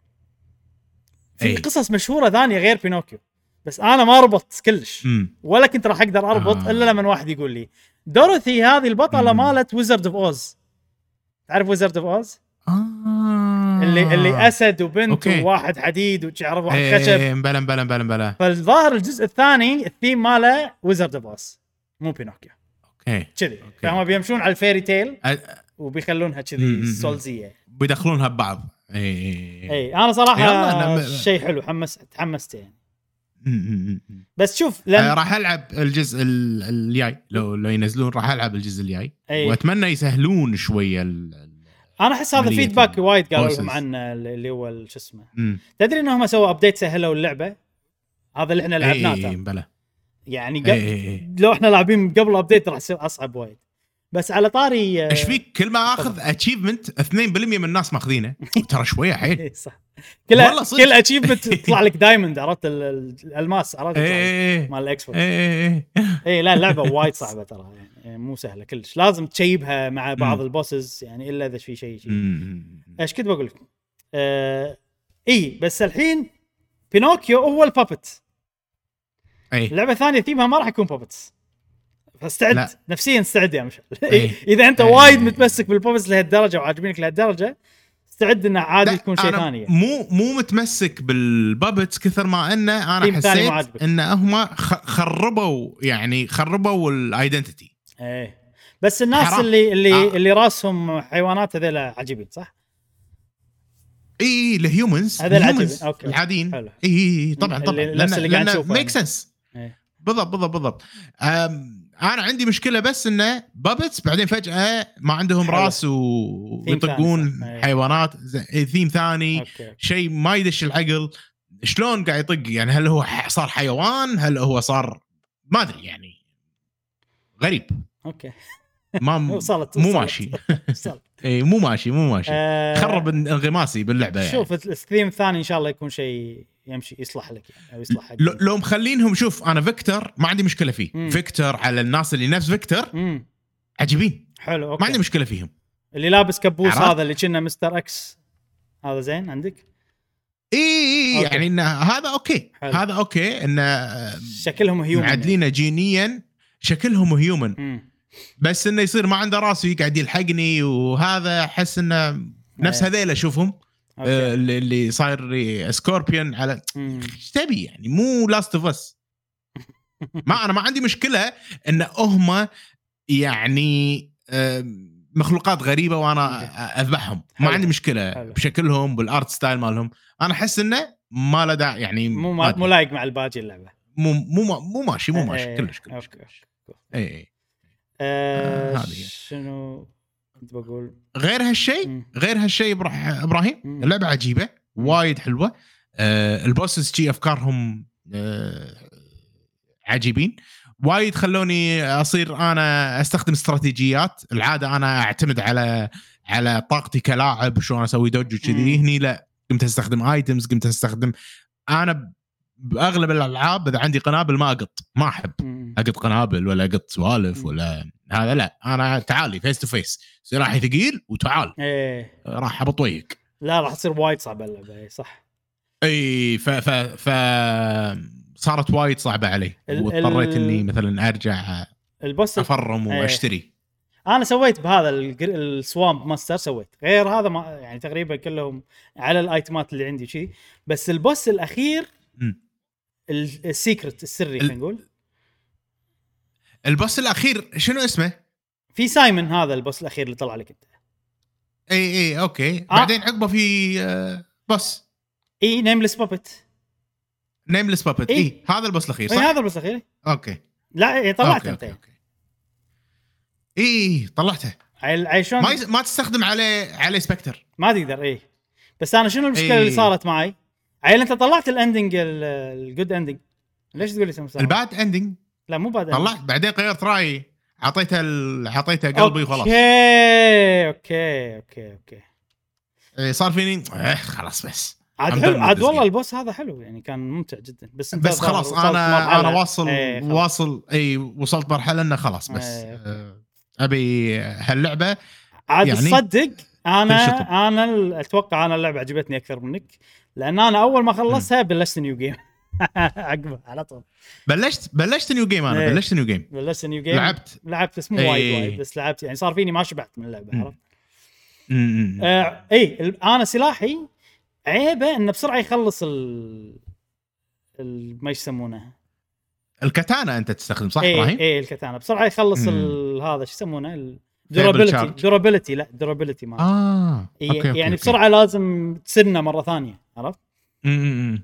في أي. قصص مشهوره ثانيه غير بينوكيو، بس انا ما ربطت كلش مم. ولا كنت راح اقدر اربط آه. الا لما واحد يقول لي دوروثي هذه البطله مم. مالت ويزرد اوف اوز. تعرف ويزرد اوف اوز؟ آه. اللي اللي اسد وبنت أوكي. وواحد حديد وتعرف واحد إيه خشب. إيه بلا بلا بلا بلا. فالظاهر الجزء الثاني الثيم ماله ويزرد اوف اوز مو بينوكيو اوكي كذي، فهم بيمشون على الفيري تيل أ... وبيخلونها كذي سولزيه، بيدخلونها ببعض. اي اي اي انا صراحه يلا، نم... شيء حلو، حمس تحمست يعني. م- م- م. بس شوف لن... آه راح العب الجزء ال- الجاي لو لو ينزلون، راح العب الجزء الجاي. أي. واتمنى يسهلون شويه ال... انا احس هذا عملية فيدباك وايد قالوا البوسز. لهم عنه اللي هو شو اسمه. م. تدري انهم سووا ابديت سهلوا اللعبه، هذا اللي احنا لعبناه اي ترى. بلا يعني اي اي لو احنا لاعبين قبل ابديت راح يصير اصعب وايد. بس على طاري ايش فيك كل ما اخذ اتشيفمنت اثنين بالمية من الناس ماخذينه ترى شويه حيل. صح، كل والله صدق. كل اتشيفمنت يطلع لك دايموند، عرفت ال- الالماس، عرفت ايه مال الاكس بوكس. ايه ايه اي لا اللعبه وايد صعبه ترى يعني مو سهله كلش، لازم تشيبها مع بعض مم. البوسز يعني الا اذا في شيء شيء. م- ايش كنت بقول لك؟ آه اي بس الحين بينوكيو هو البابت، اي اللعبه الثانيه ثيمها ما راح يكون بابتس، فاستعد لا. نفسيا استعد يا مشعل. أي. اذا انت أي. وايد متمسك بالبابتس لهالدرجه وعاجبينك لهالدرجه استعد انه عادي لا، يكون شيء أنا ثاني. مو مو متمسك بالبابتس كثر ما انه ثيم انا ثاني حسيت معجبك. ان هم خ- خربوا يعني خربوا الايدنتيتي. ايه بس الناس حرام. اللي اللي آه. اللي راسهم حيوانات هذول عجيبين صح؟ اي الهيومنز هذا العجيب. الهيومنز أوكي. العاديين. حلو. اي اي طبعا طبعا اللي- نفس اللي قاعد نشوفه ميك يعني. سنس. إيه. بالضبط بالضبط بالضبط. أم، انا عندي مشكله بس انه بابتس بعدين فجاه ما عندهم حلو. راس و- ثيم ويطقون ثاني، صح. حيوانات زي- إيه، ثيم ثاني. اوكي شيء ما يدش العقل. شلون قاعد يطق يعني؟ هل هو ح- صار حيوان؟ هل هو صار ما ادري يعني غريب. اوكي ما م- وصلت مو وصلت. ماشي. وصلت. اي مو ماشي مو ماشي. آه، خرب انغماسي باللعبه يعني. شوف الثيم الثاني ان شاء الله يكون شيء يمشي يصلح لك يعني او يصلح حق. لو, لو مخلينهم شوف انا فيكتور ما عندي مشكله فيه. مم. فيكتور على الناس اللي نفس فيكتور امم عجيبين. حلو اوكي. ما عندي مشكله فيهم. اللي لابس كبوس عرفت؟ هذا اللي كنا مستر اكس هذا زين عندك؟ اي اي أوكي. يعني إن هذا اوكي. حلو. هذا اوكي ان شكلهم هيومن معدلين جينيا شكلهم هيومن. امم بس انه يصير ما عنده راس ويقعد يلحقني وهذا احس انه نفس أيه. هذيل اشوفهم. أوكي. آه، اللي اللي صاير سكوربيون على مم. ايش تبي يعني؟ مو لاست اوف اس. ما انا ما عندي مشكله ان هم يعني آه، مخلوقات غريبه وانا اذبحهم. ما حلو. عندي مشكله حلو. بشكلهم بالارت ستايل مالهم. انا احس انه ما له داعي يعني. مو ما ما أدري. مو لايق مع الباجي اللعبه. مو مو مو ماشي مو ماشي إيه. كلش كلش. اوكي اوكي. اي اي آه، هذه هي. شنو كنت بقول؟ غير هالشيء مم. غير هالشيء إبرا- ابراهيم مم. اللعبه عجيبه مم. وايد حلوه. آه البوسز جي افكارهم آه عجيبين وايد. خلوني اصير انا استخدم استراتيجيات. العاده انا اعتمد على على طاقتي كلاعب شلون اسوي دوج وكذي. مم. هني لا قمت استخدم ايتمز. قمت استخدم انا باغلب الالعاب اذا عندي قنابل ما اقط. ما احب مم. اقط قنابل ولا اقط سوالف مم. ولا هذا. لا انا تعالي فيس تو فيس سلاحي ثقيل وتعال ايه راح ابط ويك. لا راح تصير وايد صعبه اللعبه. اي صح. اي ف ف ف صارت وايد صعبه علي ال- واضطريت ال- اني مثلا ارجع البوس افرم إيه. واشتري. انا سويت بهذا الجر- السوامب ماستر سويت غير هذا ما يعني تقريبا كلهم على الايتمات اللي عندي شيء. بس البوس الاخير مم. ال- السيكرت السري ال- خلينا نقول البوس الاخير شنو اسمه؟ في سايمون. هذا البوس الاخير اللي طلع لك انت. اي اي اوكي. آه. بعدين عقبه في آه، بوس اي نيمليس بابت. نيمليس بابت. إيه. اي هذا البوس الاخير اي صح؟ هذا البوس الاخير. اوكي لا إيه طلعت أوكي. انت أوكي. أوكي. اي طلعته. عيل عيل شلون ما يس... ما تستخدم عليه عليه سبكتر. ما تقدر. ايه بس انا شنو المشكله إيه. اللي صارت معي؟ عيل انت طلعت الاندنج الجود اندنج. ليش تقول لي سمسار؟ الباد اندنج لا مو بعد طلعت بعدين غيرت رايي. اعطيته ال... اعطيته قلبي وخلاص. اوكي اوكي اوكي اوكي إيه صار فيني إيه خلاص بس عاد I'm حلو. done with عاد this والله game. البوس هذا حلو يعني كان ممتع جدا. بس انت بس خلاص وصلت انا مرحلة- انا واصل إيه خلاص. واصل اي وصلت مرحله انه خلاص بس إيه، أوكي. آه، ابي هاللعبه. عاد يعني تصدق انا تنشطب. انا ال- اتوقع انا اللعبه عجبتني اكثر منك لان انا اول ما خلصتها بلشت نيو جيم عقبه على طول. بلشت بلشت نيو جيم. انا إيه. بلشت نيو جيم بلشت نيو جيم لعبت. لعبت بس مو إيه. وايد وايد بس لعبت يعني صار فيني ما شبعت من اللعبه. مم. عرفت؟ امم آه اي ال- انا سلاحي عيبه انه بسرعه يخلص ال ال ما يسمونه الكاتانا انت تستخدم صح اي ابراهيم؟ اي الكتانه بسرعه يخلص مم. ال- هذا شو يسمونه الدورابيلتي. charge. دورابيلتي لا دورابيلتي ما اه إي- اوكي اوكي يعني أوكي. بسرعه لازم تسنه مره ثانيه. عرفت؟ امم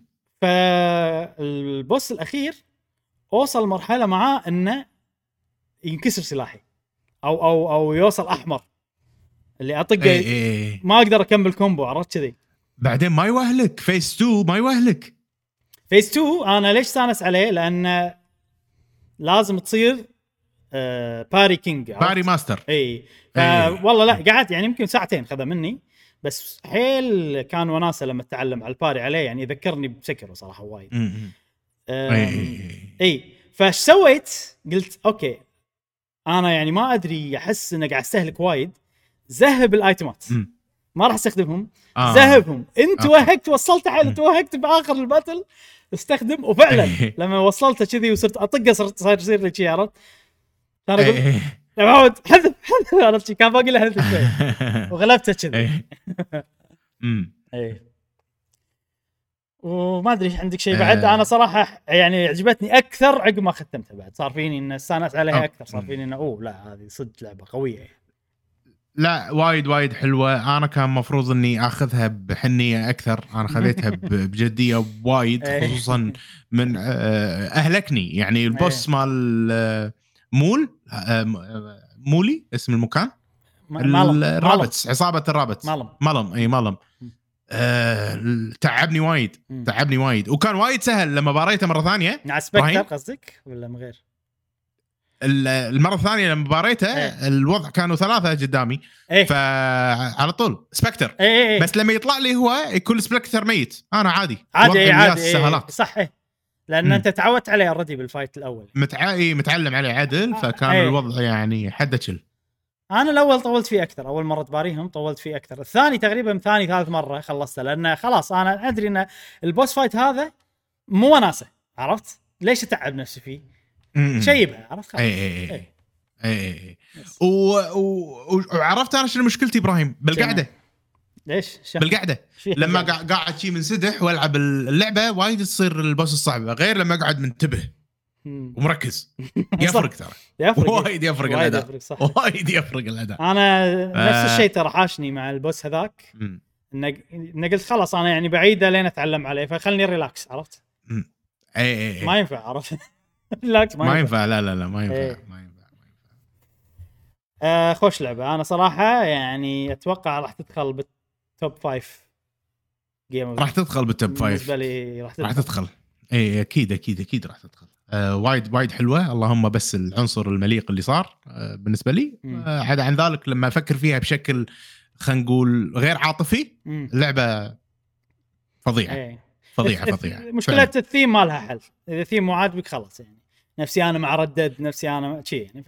فالبوس الاخير اوصل مرحله معاه انه ينكسر سلاحي او او او يوصل احمر اللي اطقه اي اي ما اقدر اكمل كومبو. عرفت كذي؟ بعدين ما يوهلك فيس تو ما يوهلك. فيس تو انا ليش استانس عليه؟ لان لازم تصير آه باري كينج. باري ماستر. اي إيه. والله لا قعدت يعني يمكن ساعتين خذ مني بس حيل كان وناسه لما اتعلم على الباري عليه يعني يذكرني بسكر صراحه وايد. امم آم، اي اي فايش سويت؟ قلت اوكي انا يعني ما ادري احس انه قاعد استهلك وايد. ذهب الايتمات مم. ما راح استخدمهم. آه. ذهبهم انت أوكي. وهقت وصلت حيل توهقت باخر الباتل استخدم وفعلا إيه. لما وصلته كذي وصرت اطقه صرت صار يصير لي شيء. عرفت؟ كان اقول إيه. يا معود حذف حذف. عرفت؟ كان باقي له حذف شوي وغلبته كذي. إيه. امم اي وما ادري عندك شيء بعد. آه. انا صراحه يعني عجبتني اكثر عقب ما ختمتها، بعد صار فيني ان استانس عليها اكثر، صار فيني انه اوه لا هذه صدق لعبه قويه يعني. لا وايد وايد حلوه. انا كان مفروض اني اخذها بحنيه اكثر، انا خذيتها بجديه وايد، خصوصا من اهلكني يعني البوس مال مول مولي اسم المكان، الرابتس، عصابه الرابتس، مالم مالم اي مالم. أه تعبني وايد تعبني وايد وكان وايد سهل لما باريته مره ثانيه. مع سبكتر قصدك ولا من غير؟ المره الثانيه لما باريته ايه. الوضع كانوا ثلاثه قدامي ايه. فعلى طول سبكتر ايه ايه. بس لما يطلع لي هو يكون سبكتر ميت انا عادي عادي ايه عادي ايه. صح ايه. لان م. انت تعودت عليه اوريدي بالفايت الاول، متعاي متعلم عليه عدل، فكان ايه. الوضع يعني حد تشل. انا الاول طولت فيه اكثر، اول مره تباريهم طولت فيه اكثر، الثاني تقريبا ثاني ثالث مره خلصته، لان خلاص انا ادري ان البوس فايت هذا مو وناسه، عرفت ليش اتعب نفسي فيه؟ شيبها عرفت خلاص. اي اي اي اي اي وعرفت انا شنو مشكلتي ابراهيم بالقعده. ليش؟ بالقعده لما قاعد شي منسدح والعب اللعبه وايد تصير البوس الصعبه، غير لما اقعد منتبه ومركز. يفرق ترى وايد يفرق الاداء، وايد يفرق الاداء. انا نفس الشيء ترى حاشني مع البوس هذاك، ان قلت خلاص انا يعني بعيده لين اتعلم عليه، فخلني ريلاكس، عرفت؟ اي اي ما ينفع، عرفت؟ ريلاكس ما, ما ينفع. لا لا لا ما ينفع ايه. ما ينفع ما ينفع. آه خوش لعبه. انا صراحه يعني اتوقع راح تدخل بالتوب فايف جيم، راح تدخل بالتوب فايف بالنسبه لي، راح تدخل, راح تدخل. اي اكيد اكيد اكيد راح تدخل. آه وايد وايد حلوه، اللهم بس العنصر المليق اللي صار آه بالنسبه لي. آه عدا عن ذلك لما افكر فيها بشكل خلينا نقول غير عاطفي، مم. اللعبه فظيعه ايه. فظيعه فظيعه. مشكله الثيم ما لها حل، اذا الثيم مو عاجبك خلاص يعني. نفسي انا مع ردد، نفسي انا شيء يعني ف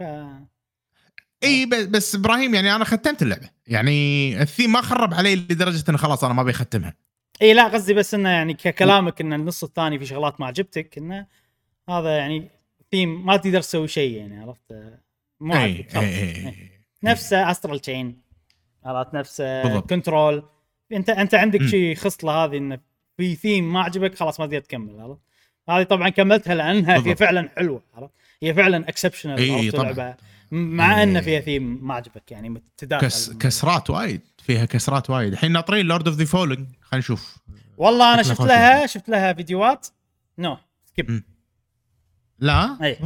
اي بس ابراهيم يعني انا ختمت اللعبه، يعني الثيم ما خرب علي لدرجه انه خلاص انا ما بختمها. اي لا قصدي بس انه يعني ككلامك ان النص الثاني في شغلات ما عجبتك، انه هذا يعني ثيم ما تقدر تسوي شيء يعني، عرفت؟ مو عاجبك خلاص. نفس استرال تشين، عرفت؟ نفس كنترول. انت انت عندك شيء خصله هذه انه في ثيم ما عجبك خلاص ما تقدر تكمل، عرفت؟ هذه طبعا كملتها لانها هي فعلا حلوه، عرفت؟ هي فعلا اكسبشنال اي طبعا، مع ان فيها ثيم ما عجبك يعني تداخل كس كسرات وايد، فيها كسرات وايد. الحين ناطرين لورد اوف ذا فولينج، خلينا نشوف. والله انا شفت لها شفت لها فيديوهات نو سكيب. لا اي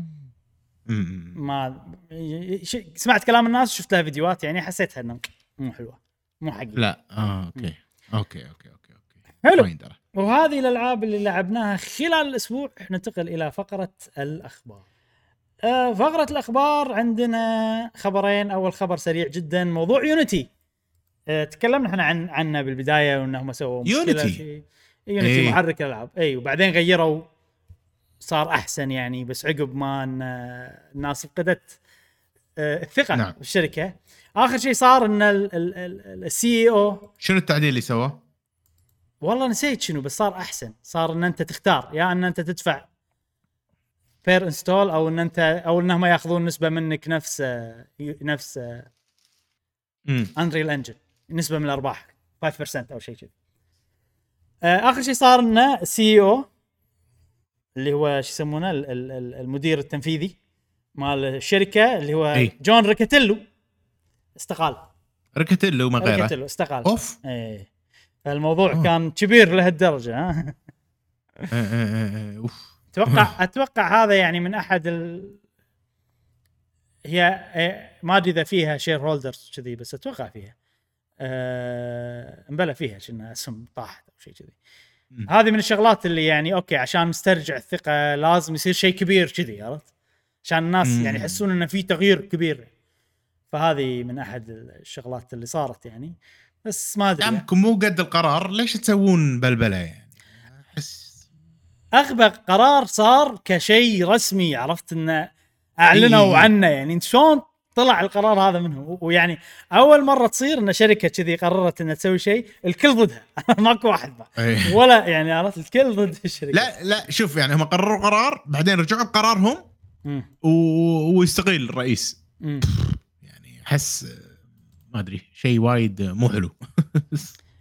ما سمعت كلام الناس، شفت لها فيديوهات يعني حسيتها انه مو حلوه، مو حقيقي. لا آه، اوكي اوكي اوكي اوكي اوكي حلو. وهذه الالعاب اللي لعبناها خلال الاسبوع. ننتقل الى فقره الاخبار. آه فقره الاخبار عندنا خبرين. اول خبر سريع جدا، موضوع يونيتي. آه تكلمنا احنا عن عنه بالبدايه، وانهم سووا مشكله يونيتي في يونيتي ايه. محرك الالعاب اي، وبعدين غيروا صار احسن يعني، بس عقب ما الناس فقدت آه الثقه نعم. بالشركه. اخر شيء صار ان السي او شنو التعديل اللي سواه؟ والله نسيت شنو، بس صار احسن. صار ان انت تختار يا ان انت تدفع بير انستول، او ان انت او انهم ياخذون نسبه منك نفس نفس انريل انجن، نسبه من الارباح خمسة بالمئة او شيء كذا. اخر شيء صار ان السي او اللي هو شو يسمونه المدير التنفيذي مال الشركه اللي هو ايه؟ جون ريكاتيلو استقال. ريكاتيلو ما غيره ريكاتيلو استقال. اوف ايه. فالموضوع أوه. كان كبير لهالدرجه. ها اوف. اتوقع اتوقع هذا يعني من احد ال... هي ما ادري اذا فيها شير هولدرز كذي، بس اتوقع فيها أه... مبلى فيها شنو اسم طاحت او شيء كذي. هذه من الشغلات اللي يعني اوكي عشان نسترجع الثقه لازم يصير شيء كبير كذي، عرفت؟ عشان الناس مم. يعني يحسون انه في تغيير كبير. فهذه من احد الشغلات اللي صارت يعني، بس ما ادري دامكم مو قد القرار ليش تسوون بلبله يعني. احس اغبى قرار صار كشيء رسمي، عرفت انه اعلنوا إيه. عنه يعني. انت شلون طلع القرار هذا منهم؟ ويعني اول مره تصير ان شركه كذي قررت انها تسوي شيء الكل ضدها. ماكو واحد ما إيه. ولا يعني عرفت الكل ضد الشركه. لا لا شوف يعني هم قرروا قرار بعدين رجعوا بقرارهم و... ويستقيل الرئيس. م. يعني احس ما ادري شيء وايد مو حلو.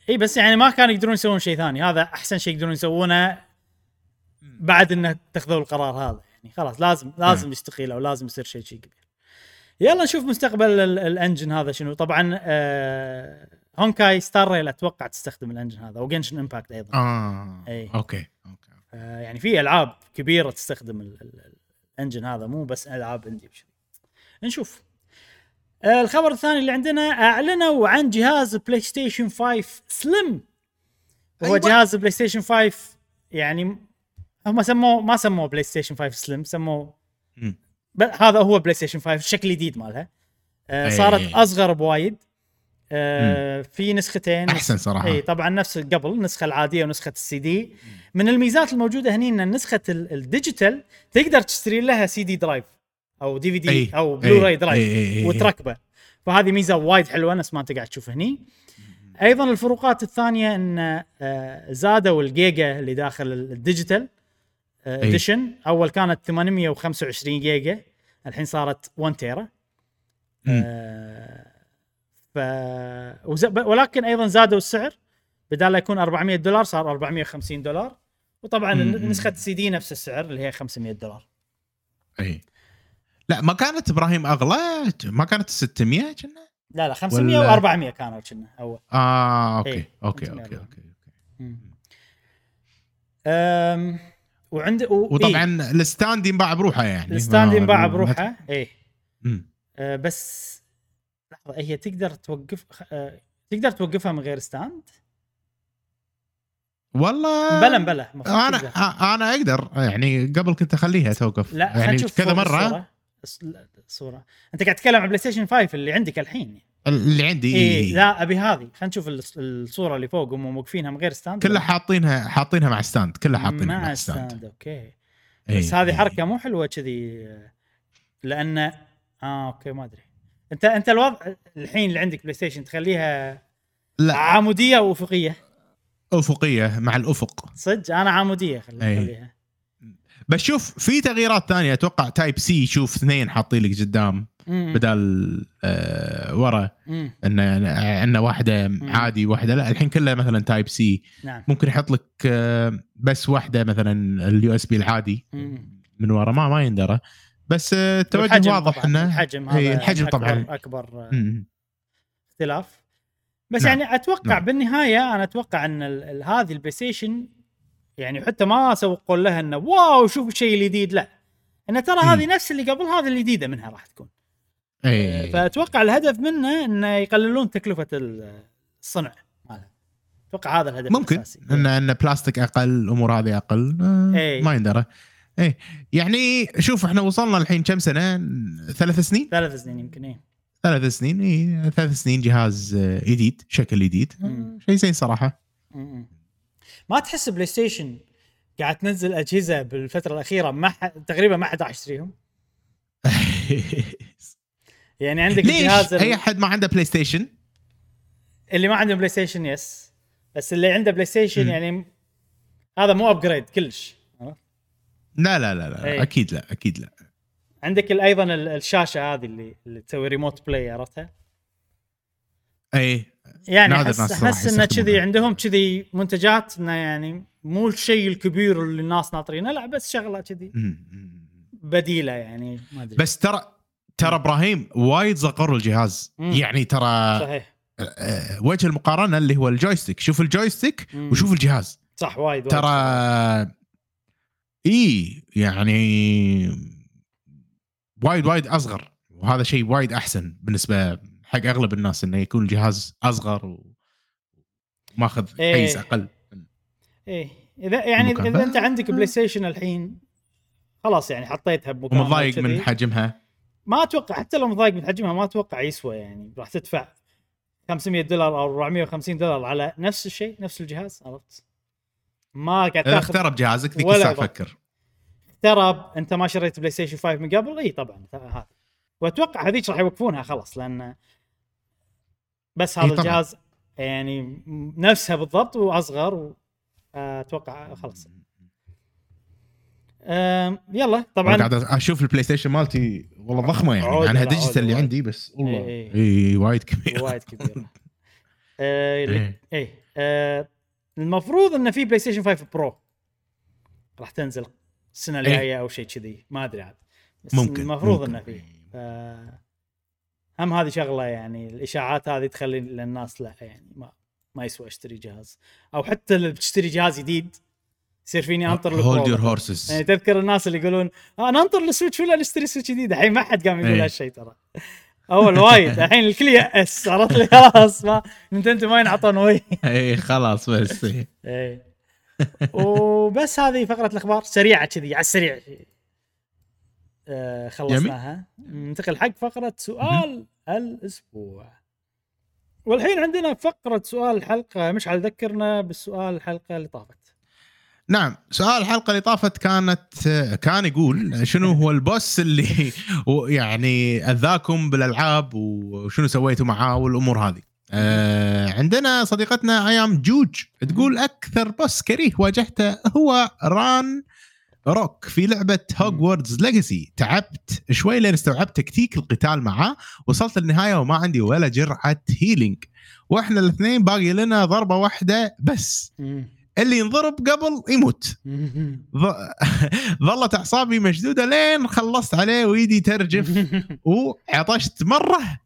اي بس يعني ما كانوا يقدرون يسوون شيء ثاني، هذا احسن شيء يقدرون يسوونه بعد انه اتخذوا القرار هذا. يعني خلاص لازم لازم يستقيل او لازم يصير شيء شيء كبير. يلا نشوف مستقبل الانجن هذا شنو. طبعا آه هونكاي ستار ريل اتوقع تستخدم الانجن هذا، وجنشن امباكت ايضا. اه أي. اوكي اوكي آه يعني في العاب كبيره تستخدم الانجن هذا، مو بس العاب اندي. نشوف. آه الخبر الثاني اللي عندنا، اعلنوا عن جهاز بلاي ستيشن خمسة سليم، وهو أيوة. جهاز بلاي ستيشن خمسة يعني هم سموه ما سموه بلاي ستيشن خمسة سليم، سموه هذا هو بلاي ستيشن خمسة الشكل الجديد مالها. آه صارت أيه. اصغر بوايد. آه في نسختين احسن صراحه. اي طبعا نفس قبل، النسخه العاديه ونسخه السي دي. من الميزات الموجوده هني ان النسخه الديجيتال تقدر تشتري لها سي دي درايف او دي في دي أيه. او بلوراي درايف أيه. وتركبه، فهذه ميزه وايد حلوه نفس ما انت قاعد تشوف هني. ايضا الفروقات الثانيه ان آه زادوا الجيجا اللي داخل الديجيتال اديشن. اول كانت ثمانمية وخمسة وعشرين جيجا، الحين صارت واحد تيرا. آه ف وز... ولكن ايضا زادوا السعر، بدال لا يكون أربعمية دولار صار أربعمية وخمسين دولار. وطبعا مم. نسخه السي دي نفس السعر اللي هي خمسمية دولار. اي لا ما كانت ابراهيم اغلى، ما كانت ستمية كنا. لا لا خمسمية ولا... و400 كانوا كنا اول. اه اوكي اوكي اوكي اوكي, أوكي. امم وعند و... وطبعا إيه؟ الستاند ينباع بروحه، يعني الستاند ينباع بروحه. اي آه بس لحظه، هي تقدر توقف آه تقدر توقفها من غير ستاند والله؟ بلا بلا انا تقدر. انا اقدر يعني قبل كنت اخليها توقف يعني كذا مره. الصورة. الصوره انت قاعد تتكلم عن بلاي ستيشن خمسة اللي عندك الحين؟ اللي عندي إيه, إيه. لا ابي هذه، خلينا نشوف الصوره اللي فوق هم موقفينها من غير ستاند، كلها حاطينها حاطينها مع ستاند، كلها حاطينها مع, مع ستاند. ستاند اوكي. إيه بس هذه إيه حركه مو حلوه كذي، لان اه اوكي ما ادري انت انت الوضع الحين اللي عندك بلاي ستيشن تخليها لا. عموديه او افقيه؟ افقيه مع الافق. صدق انا عموديه خليها. أيه. بس شوف في تغييرات ثانيه اتوقع تايب سي، شوف اثنين حاطين لك قدام بدل آه ورا، ان عندنا واحده مم. عادي واحده لا، الحين كلها مثلا تايب سي. نعم. ممكن يحط لك آه بس واحده مثلا اليو اس بي العادي مم. من ورا، ما ما يندرى، بس آه التوجه واضح انه الحجم هذا الحجم أكبر طبعا اكبر مم. اختلاف. بس نعم. يعني اتوقع نعم. بالنهايه انا اتوقع ان هذه البلاي ستيشن يعني حتى ما سوقوا لها انه واو شوف الشيء الجديد، لا ان ترى هذه نفس اللي قبل، هذه الجديده منها راح تكون. اي فاتوقع الهدف منه انه يقللون تكلفه الصنع مالها. اتوقع هذا الهدف ممكن الاساسي، ان ان بلاستيك اقل، الامور هذه اقل آه ما يندرى. ايه يعني شوف احنا وصلنا الحين كم سنه؟ ثلاث سنين ثلاث سنين يمكن. ايه ثلاث سنين ايه ثلاث سنين جهاز جديد شكل جديد، شيء زين صراحه. مم. ما تحس بلاي ستيشن قاعد تنزل اجهزه بالفتره الاخيره ما ح... تقريبا ما حد راح يشتريهم؟ يعني عندك الجهاز ال... اي حد ما عنده بلاي ستيشن، اللي ما عنده بلاي ستيشن يس، بس اللي عنده بلاي ستيشن م. يعني هذا مو ابجريد كلش. لا لا لا, لا. أي. اكيد لا اكيد لا. عندك ايضا الشاشه هذه اللي اللي تسوي ريموت بلاي، عرفتها؟ اي يعني حس حس انه كذي عندهم كذي منتجات انه يعني مو الشيء الكبير اللي الناس ناطرينه، لا بس شغله كذي بديله يعني ما ادري. بس ترى ترى ابراهيم وايد صغروا الجهاز. مم. يعني ترى صحيح وجه المقارنه اللي هو الجويستيك، شوف الجويستيك مم. وشوف الجهاز. صح وايد ترى اي يعني وايد وايد اصغر، وهذا شيء وايد احسن بالنسبه حق اغلب الناس انه يكون الجهاز اصغر وماخذ إيه. حيز اقل. ايه اذا يعني اذا انت عندك بلاي ستيشن الحين خلاص يعني حطيتها بمكان ومضايق من حجمها، ما اتوقع حتى لو مضايق من حجمها ما اتوقع يسوى، يعني راح تدفع خمسمية دولار او أربعمية وخمسين دولار على نفس الشيء نفس الجهاز، عرفت؟ ما قاعد تاخذ اخترب جهازك ذيك الساعه فكر اخترب. انت ما شريت بلاي ستيشن خمسة من قبل؟ اي طبعا هذا، واتوقع هذيك راح يوقفونها خلاص، لان بس هذا الجهاز يعني نفسها بالضبط واصغر، واتوقع خلاص. يلا طبعا قاعد اشوف البلاي ستيشن مالتي والله ضخمه، يعني عنها ديجيتال اللي عندي، بس والله اي وايد كبير وايد كبير. اي اي آه المفروض انه في بلاي ستيشن خمسة برو راح تنزل السنه الجايه او شيء كذي، ما ادري عاد، بس ممكن المفروض ممكن. انه في. ف... هم هذه شغله يعني، الاشاعات هذه تخلي للناس لا يعني ما ما يسوى اشتري جهاز، او حتى اللي بتشتري جهاز جديد يصير فيني انطر هولد يور البرو. هورسز. يعني تذكر الناس اللي يقولون انا انطر السويتش ولا نشتري سويتش جديد، الحين ما حد قام يقول إيه. هالشيء ترى اول وايد، الحين الكل يأس، عرفت لي خلاص ما نينتندو ما ينعطون وي. اي خلاص بس. ايه وبس هذه فقره الاخبار سريعه كذي على السريع. آه خلصناها، ننتقل حق فقره سؤال الاسبوع. والحين عندنا فقره سؤال الحلقه، مش ذكرنا بالسؤال الحلقه اللي طافت. نعم، سؤال الحلقه اللي طافت كانت كان يقول شنو هو البوس اللي يعني اذاكم بالالعاب وشنو سويتوا معاه والامور هذه. آه عندنا صديقتنا ايام جوج تقول اكثر بوس كريه واجهته هو ران روك في لعبه هوغوردز ليجاسي. تعبت شوي لين استوعبت تكتيك القتال معاه، وصلت للنهايه وما عندي ولا جرعه هيلينج، واحنا الاثنين باقي لنا ضربه واحده بس، اللي ينضرب قبل يموت. ظلت اعصابي مشدوده لين خلصت عليه ويدي ترجف وعطشت مره.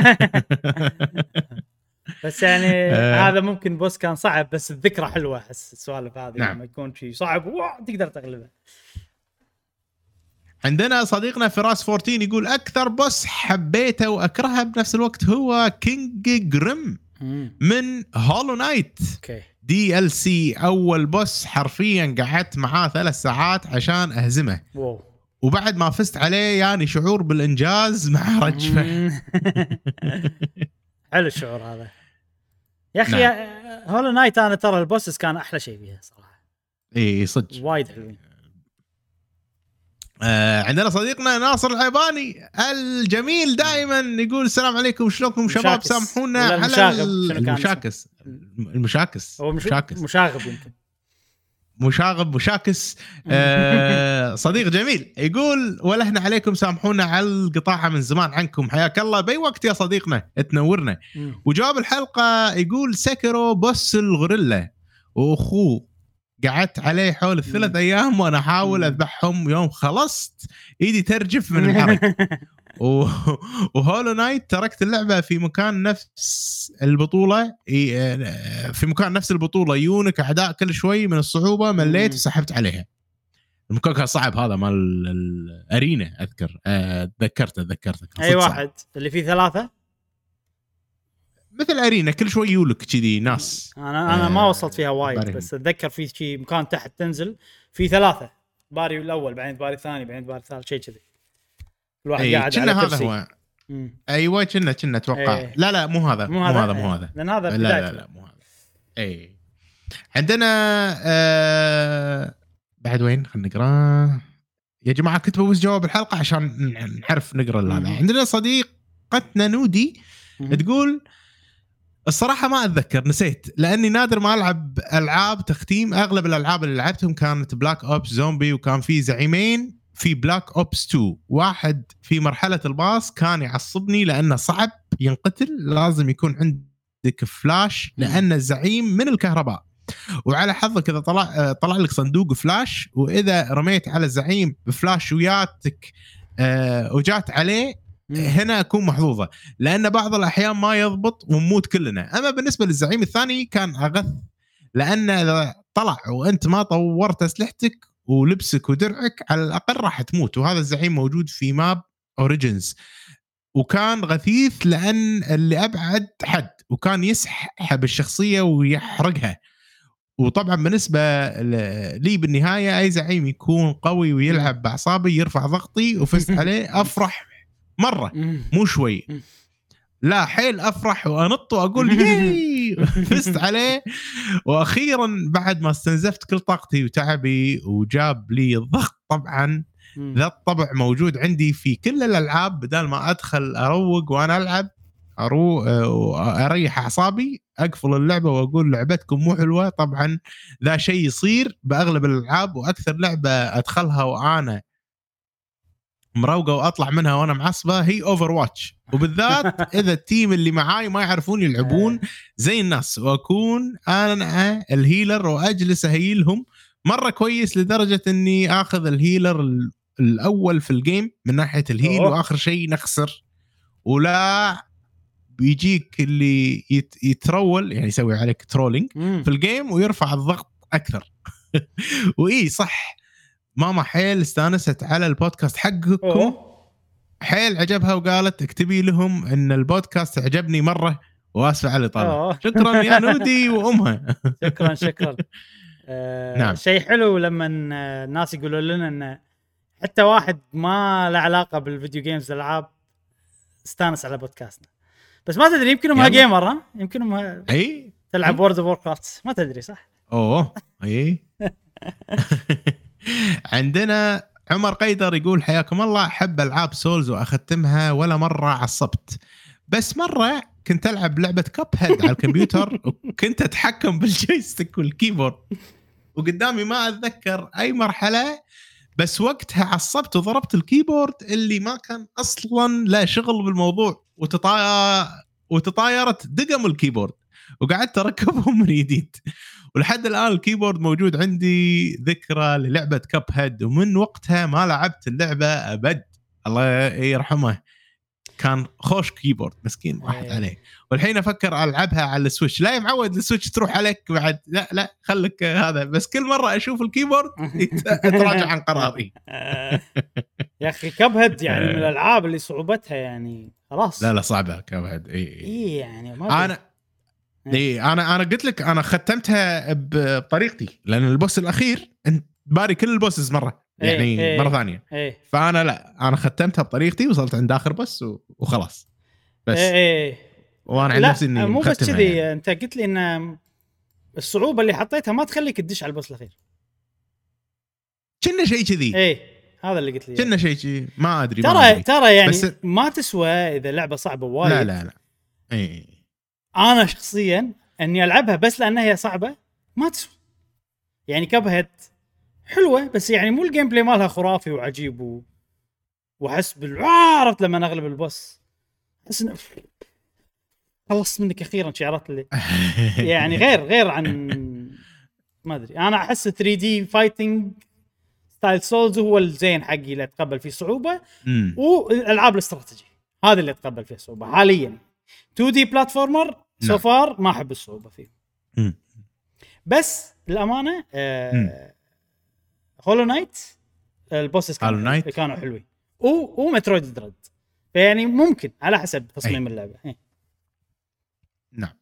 بس يعني هذا ممكن بوس كان صعب، بس الذكرى حلوه. احس السوالف هذه نعم. لما يكون شيء صعب تقدر تغلبه. عندنا صديقنا فراس فورتين يقول اكثر بوس حبيته واكرهه بنفس الوقت هو كينج جريم من هولو نايت. اوكي دي ال سي اول بوس حرفيا قعدت معاه ثلاث ساعات عشان اهزمه. واو. وبعد ما فزت عليه يعني شعور بالانجاز مع رجفه. حلو الشعور هذا يا اخي. نعم. هولو نايت انا ترى البوسس كان احلى شيء فيها صراحه. اي صدق وايد حلوين. آه عندنا صديقنا ناصر العيباني الجميل دائما يقول السلام عليكم شلونكم شباب، سامحونا على المشاكس المشاكس هو مشاكس مشاغب يمكن مشاغب مشاكس. آه صديق جميل يقول ولهنا عليكم سامحونا على القطاعة من زمان عنكم، حياك الله باي وقت يا صديقنا تنورنا. وجواب الحلقة يقول سكرو بوس الغوريلا واخوه قعدت عليه حول الثلاث ايام وانا احاول اذبحهم، يوم خلصت ايدي ترجف من الحرق. وهولو نايت تركت اللعبه في مكان نفس البطوله في مكان نفس البطوله يونك اعداء كل شوي من الصعوبه، مليت وسحبت عليها. المكان كان صعب هذا مال الارينا اذكر. تذكرته تذكرته اي واحد اللي فيه ثلاثه مثل ارينا كل شوي يولك كذي ناس. انا انا ما وصلت فيها وايد بارين. بس اتذكر في شيء مكان تحت تنزل في ثلاثه، باري الاول بعدين باري الثاني بعدين باري الثالث شيء كذي، الواحد أي قاعد على كرسي. هو ايوه كنا كنا اتوقع. أي. لا لا مو هذا مو هذا مو هذا لان هذا لا لا لا مو هذا. اي عندنا آه بعد وين خلينا نقرا يا جماعه، كتبوا بس جواب الحلقه عشان نعرف نقرا هذا. عندنا صديقتنا نودي تقول الصراحة ما أتذكر نسيت لأني نادر ما ألعب ألعاب تختيم. أغلب الألعاب اللي لعبتهم كانت بلاك أوبس زومبي، وكان في زعيمين في بلاك أوبس تو. واحد في مرحلة الباص كان يعصبني لأنه صعب ينقتل، لازم يكون عندك فلاش لأن الزعيم من الكهرباء، وعلى حظك إذا طلع طلع لك صندوق فلاش، وإذا رميت على الزعيم بفلاش وياتك آه وجات عليه هنا أكون محظوظة، لأن بعض الأحيان ما يضبط ونموت كلنا. أما بالنسبة للزعيم الثاني كان أغث، لأن إذا طلع وأنت ما طورت أسلحتك ولبسك ودرعك على الأقل راح تموت. وهذا الزعيم موجود في ماب أوريجينز، وكان غثيث لأن اللي أبعد حد، وكان يسحب الشخصية ويحرقها. وطبعا بالنسبة لي بالنهاية أي زعيم يكون قوي ويلعب بأعصابي يرفع ضغطي وفزت عليه أفرح مرة مو شوي، لا حيل أفرح وأنط وأقول ياي فزت عليه. وأخيرا بعد ما استنزفت كل طاقتي وتعبي وجاب لي الضغط، طبعا ذا الطبع موجود عندي في كل الألعاب، بدل ما أدخل أروق وأنا ألعب أروح أريح أعصابي أقفل اللعبة وأقول لعبتكم مو حلوة. طبعا ذا شيء يصير بأغلب الألعاب، وأكثر لعبة أدخلها وأنا مروقه واطلع منها وانا معصبه هي اوفر واتش، وبالذات اذا التيم اللي معاي ما يعرفون يلعبون زي الناس، واكون انا الهيلر واجلس اهيلهم مره كويس لدرجه اني اخذ الهيلر الاول في الجيم من ناحيه الهيل، أوه. واخر شيء نخسر. ولا بيجيك اللي يت يترول يعني يسوي عليك ترولينج في الجيم ويرفع الضغط اكثر. وايه صح، ماما حيل استانست على البودكاست حقكم. أوه. حيل عجبها وقالت اكتبي لهم ان البودكاست عجبني مره واسفه على الاطاله. شكرا يا نودي وامها. شكرا شكرا. آه نعم. شيء حلو لما الناس يقولوا لنا ان حتى واحد ما له علاقه بالفيديو جيمز الالعاب استانس على بودكاستنا. بس ما تدري يمكن امها جيمر، ها يمكن امها اي تلعب وورد اوف ووركرافت، ما تدري صح. اوه اي. عندنا عمر قيدر يقول حياكم الله، احب العاب سولز واختمها ولا مره عصبت، بس مره كنت العب لعبه كاب هيد على الكمبيوتر وكنت اتحكم بالجويستيك والكيبورد وقدامي ما اتذكر اي مرحله، بس وقتها عصبت وضربت الكيبورد اللي ما كان اصلا لا شغل بالموضوع، وتطاير وتطايرت دقم الكيبورد وقعدت اركبهم من جديد. ولحد الان الكيبورد موجود عندي ذكرى للعبه كاب هيد، ومن وقتها ما لعبت اللعبه ابد. الله يرحمه كان خوش كيبورد مسكين واحد عليه. والحين افكر العبها على السويتش. لا يا معود السويتش تروح عليك بعد، لا لا خليك هذا. بس كل مره اشوف الكيبورد اتراجع عن قراري. يا اخي كاب هيد يعني من الالعاب اللي صعوبتها يعني خلاص. لا لا صعبه كاب هيد. اي اي يعني ما انا اي انا انا قلت لك انا ختمتها بطريقتي، لان البوس الاخير انت باري كل البوسز مره يعني إيه إيه مره ثانيه إيه. فانا لا انا ختمتها بطريقتي، وصلت عند اخر بس وخلاص. بس إيه إيه. وانا عن نفسي اني مو بس كذي يعني. انت قلت لي ان الصعوبه اللي حطيتها ما تخليك تدش على البوس الاخير. كنا شيء كذي. ايه هذا اللي قلت لي. كنا شيء كذي ما ادري. ترى ما أدري. ترى يعني بس ما تسوى اذا لعبه صعبه وايد. لا لا لا. اي انا شخصيا اني العبها بس لانها هي صعبه ما تسوى. يعني كاب هيد حلوه بس يعني مو الجيم بلاي مالها خرافي وعجيب و... وحس بالعارف لما نغلب البوس احس انه خلصت منك اخيرا شعرت لي. يعني غير غير عن ما ادري. انا احس ثري دي فايتنج ستايل سولز هو الزين حقي اللي اتقبل فيه صعوبه، والالعاب الاستراتيجيه هذا اللي اتقبل فيه صعوبه حاليا. تو دي بلاتفورمر سو فار ما احب الصعوبه فيه. مم. بس للامانه آه هولو نايت البوسس كانوا, كانوا حلوين و ومترويد دريد، يعني ممكن على حسب تصميم أي. اللعبه. هي. نعم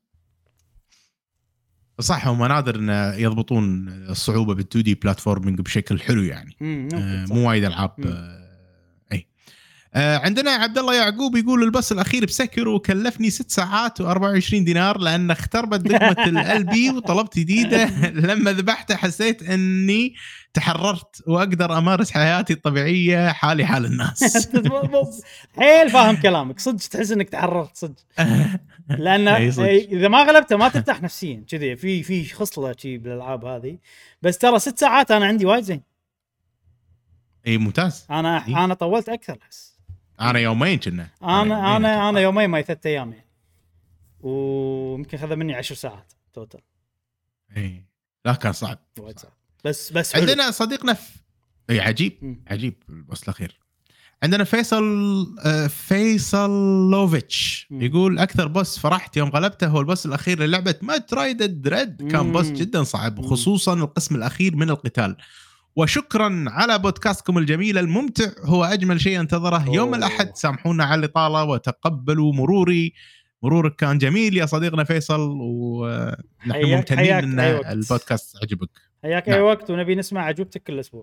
صح، هم نادر ان يضبطون الصعوبه بالتو دي بلاتفورمينج بشكل حلو يعني. آه مو وايد العاب. آه اي آه عندنا عبد الله يعقوب يقول البس الاخير بسكر وكلفني ست ساعات وأربعة وعشرين دينار لان اختربت دقمه ال بي وطلبت جديده. لما ذبحته حسيت اني تحررت واقدر امارس حياتي الطبيعيه حالي حال الناس. حيل فاهم كلامك صدق، تحس انك تحررت صدق. لان اذا ما غلبته ما ترتاح نفسيا كذي. في في خصله شيء بالالعاب هذه. بس ترى ست ساعات انا عندي وايد زين. اي ممتاز. انا إيه؟ انا طولت اكثر احس. انا يومين كنا. انا انا انا, أنا يومين ما ثلاث ايام يعني. ويمكن خذ مني عشر ساعات توتال. اي لا كان صعب. وايد صعب. بس بس عندنا حلو. صديقنا ف... اي عجيب م. عجيب البوس الاخير. عندنا فيصل آه فيصل لوفيتش م. يقول اكثر بوس فرحت يوم غلبته هو البوس الاخير للعبه مترويد دريد. كان بوس جدا صعب خصوصا القسم الاخير من القتال. وشكرا على بودكاستكم الجميل الممتع، هو اجمل شيء انتظره أوه. يوم الاحد. سامحونا على الاطاله وتقبلوا مروري. مرورك كان جميل يا صديقنا فيصل، ونحن ممتنين ان البودكاست عجبك. حياك اي وقت ونبي نسمع عجوبتك كل اسبوع.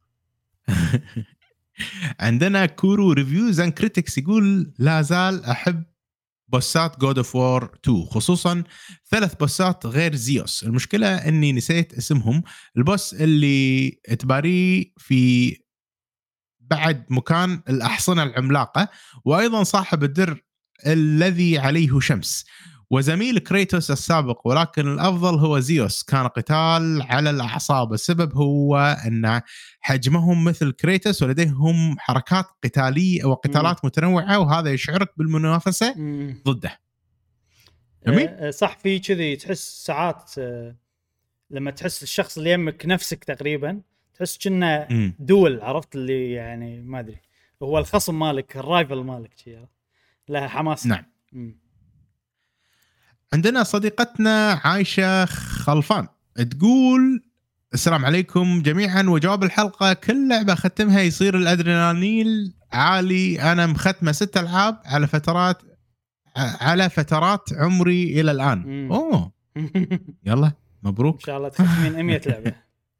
عندنا كورو ريفيوز اند كريتكس يقول لا زال احب بوسات جود اوف وور تو، خصوصا ثلاث بوسات غير زيوس. المشكله اني نسيت اسمهم. البوس اللي تباري في بعد مكان الاحصنه العملاقه، وايضا صاحب الدر الذي عليه شمس، وزميل كريتوس السابق، ولكن الأفضل هو زيوس. كان قتال على الأعصاب. السبب هو أن حجمهم مثل كريتوس ولديهم حركات قتالية وقتالات متنوعة، وهذا يشعرك بالمنافسة ضده. جميل. أه صح، في كذي تحس ساعات أه لما تحس الشخص اللي يمك نفسك تقريبا، تحس كأنه دول، عرفت اللي يعني ما أدري، هو الخصم مالك، الرايفل مالك شيء لها حماس. نعم. مم. عندنا صديقتنا عايشة خلفان تقول السلام عليكم جميعا، وجواب الحلقة: كل لعبة ختمها يصير الأدرينالين عالي. أنا مختمة ست ألعاب على فترات على فترات عمري إلى الآن. مم. أوه يلا مبروك إن شاء الله تختمين مية لعبة.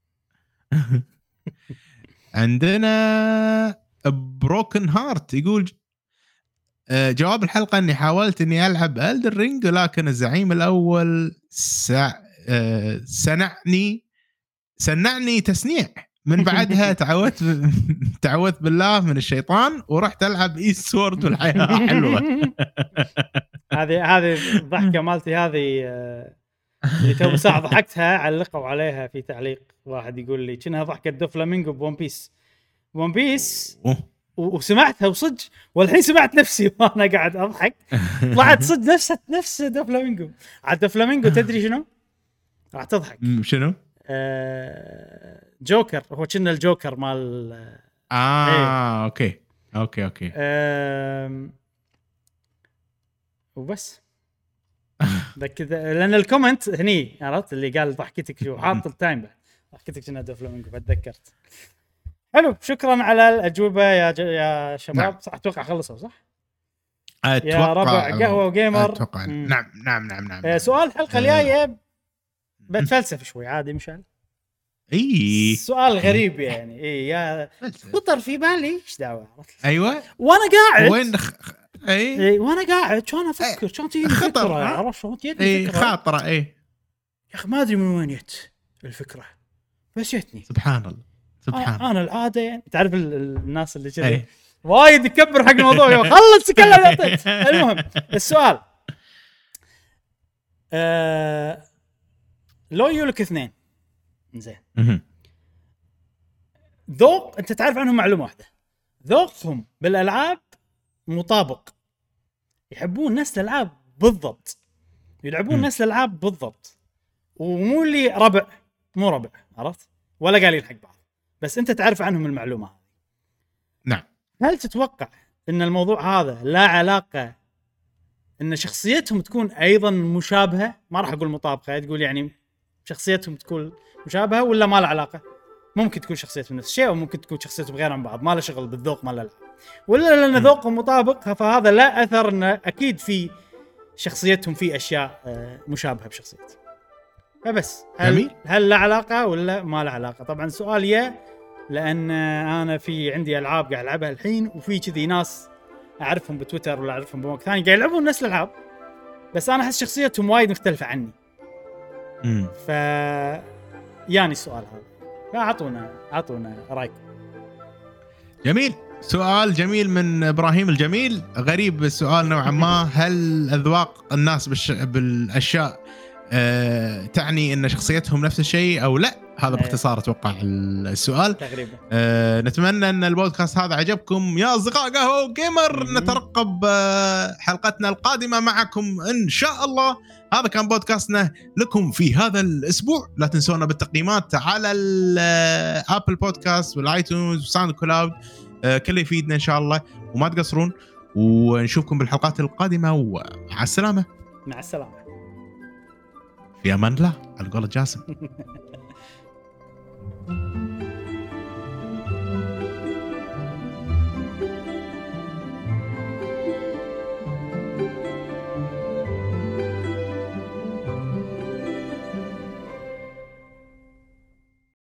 عندنا بروكن هارت يقول جواب الحلقة أني حاولت أني ألعب ألدر رينج، لكن الزعيم الأول سع... سنعني سنعني تسنيع. من بعدها تعودت ب... تعودت بالله من الشيطان ورحت ألعب إيست سورد والحياة حلوة. هذه هذه الضحكة مالتي هذه اللي تو ساعة ضحكتها، علقوا عليها في تعليق واحد يقول لي كأنها ضحكة دوفلامينغو بون بيس ون بيس وسمعتها وصدق، والحين سمعت نفسي وانا قاعد اضحك، طلعت صدق نفس نفس دوفلامينغو. عاد دوفلامينغو تدري شنو راح تضحك؟ شنو؟ آه جوكر، هو كنا الجوكر مال اه ايه. اوكي اوكي اوكي آه وبس كذا، لان الكومنت هني عرفت اللي قال ضحكتك شو حاط التايم ضحكتك كنا دوفلامينغو فتذكرت. حلو، شكرا على الأجوبة يا ج... يا شباب. نعم. صح أتوقع خلصوا صح؟ أتوقع يا ربع قهوة وجيمر. أتوقع. نعم نعم نعم نعم. آه سؤال الحلقة الجاية بتفلسف شوي عادي مشان. إيه. سؤال غريب يعني إيه يا خطر في بالي إيش دعوة. أيوة. وأنا قاعد. وين خ... إيه. إيه وأنا قاعد كان أفكر كان تيجي فكرة عرفت شلون تجيني إيه فكرة. خاطرة إيه. يا أخي ما أدري من وين جت الفكرة بس جتني. سبحان الله. سبحان آه أنا العادة يعني تعرف الناس اللي كذا وايد يكبر حق الموضوع خلص تكلم. المهم السؤال آه... لو يولك اثنين زين ذوق انت تعرف عنهم معلومة واحدة، ذوقهم بالألعاب مطابق، يحبون نفس الألعاب بالضبط، يلعبون نفس الألعاب بالضبط، ومو اللي ربع مو ربع عرفت ولا قالين حق بعض، بس انت تعرف عنهم المعلومة هذه. نعم. هل تتوقع ان الموضوع هذا لا علاقة ان شخصيتهم تكون ايضا مشابهة؟ ما راح اقول مطابقة، تقول يعني شخصيتهم تكون مشابهة، ولا ما له علاقة؟ ممكن تكون شخصيتهم نفس الشيء وممكن تكون شخصيتهم غير عن بعض، ما له شغل بالذوق مال الألعاب، ولا لان ذوقهم مطابق فهذا لا اثر ان اكيد في شخصيتهم في اشياء مشابهة بشخصيتهم. فبس هل جميل. هل له علاقة ولا ما له علاقة؟ طبعا سؤال يا لان انا في عندي العاب قاعد العبها الحين، وفي كذي ناس اعرفهم بتويتر ولا اعرفهم بمكان ثاني قاعد يلعبون نفس الالعاب، بس انا احس شخصيتهم وايد مختلفه عني. امم ف يعني السؤال هذا فاعطونا اعطونا رايكم. جميل، سؤال جميل من ابراهيم الجميل. غريب السؤال نوعا ما. هل اذواق الناس بالش... بالاشياء أه... تعني ان شخصيتهم نفس الشيء او لا؟ هذا باختصار اتوقع السؤال تقريبا. أه نتمنى ان البودكاست هذا عجبكم يا اصدقاء قهوة جيمر. نترقب أه حلقتنا القادمة معكم ان شاء الله. هذا كان بودكاستنا لكم في هذا الاسبوع. لا تنسونا بالتقييمات على الابل بودكاست والايتونز وساوند كلاود، أه كله يفيدنا ان شاء الله، وما تقصرون، ونشوفكم بالحلقات القادمة ومع السلامة. مع السلامة، في امان الله على قولة جاسم.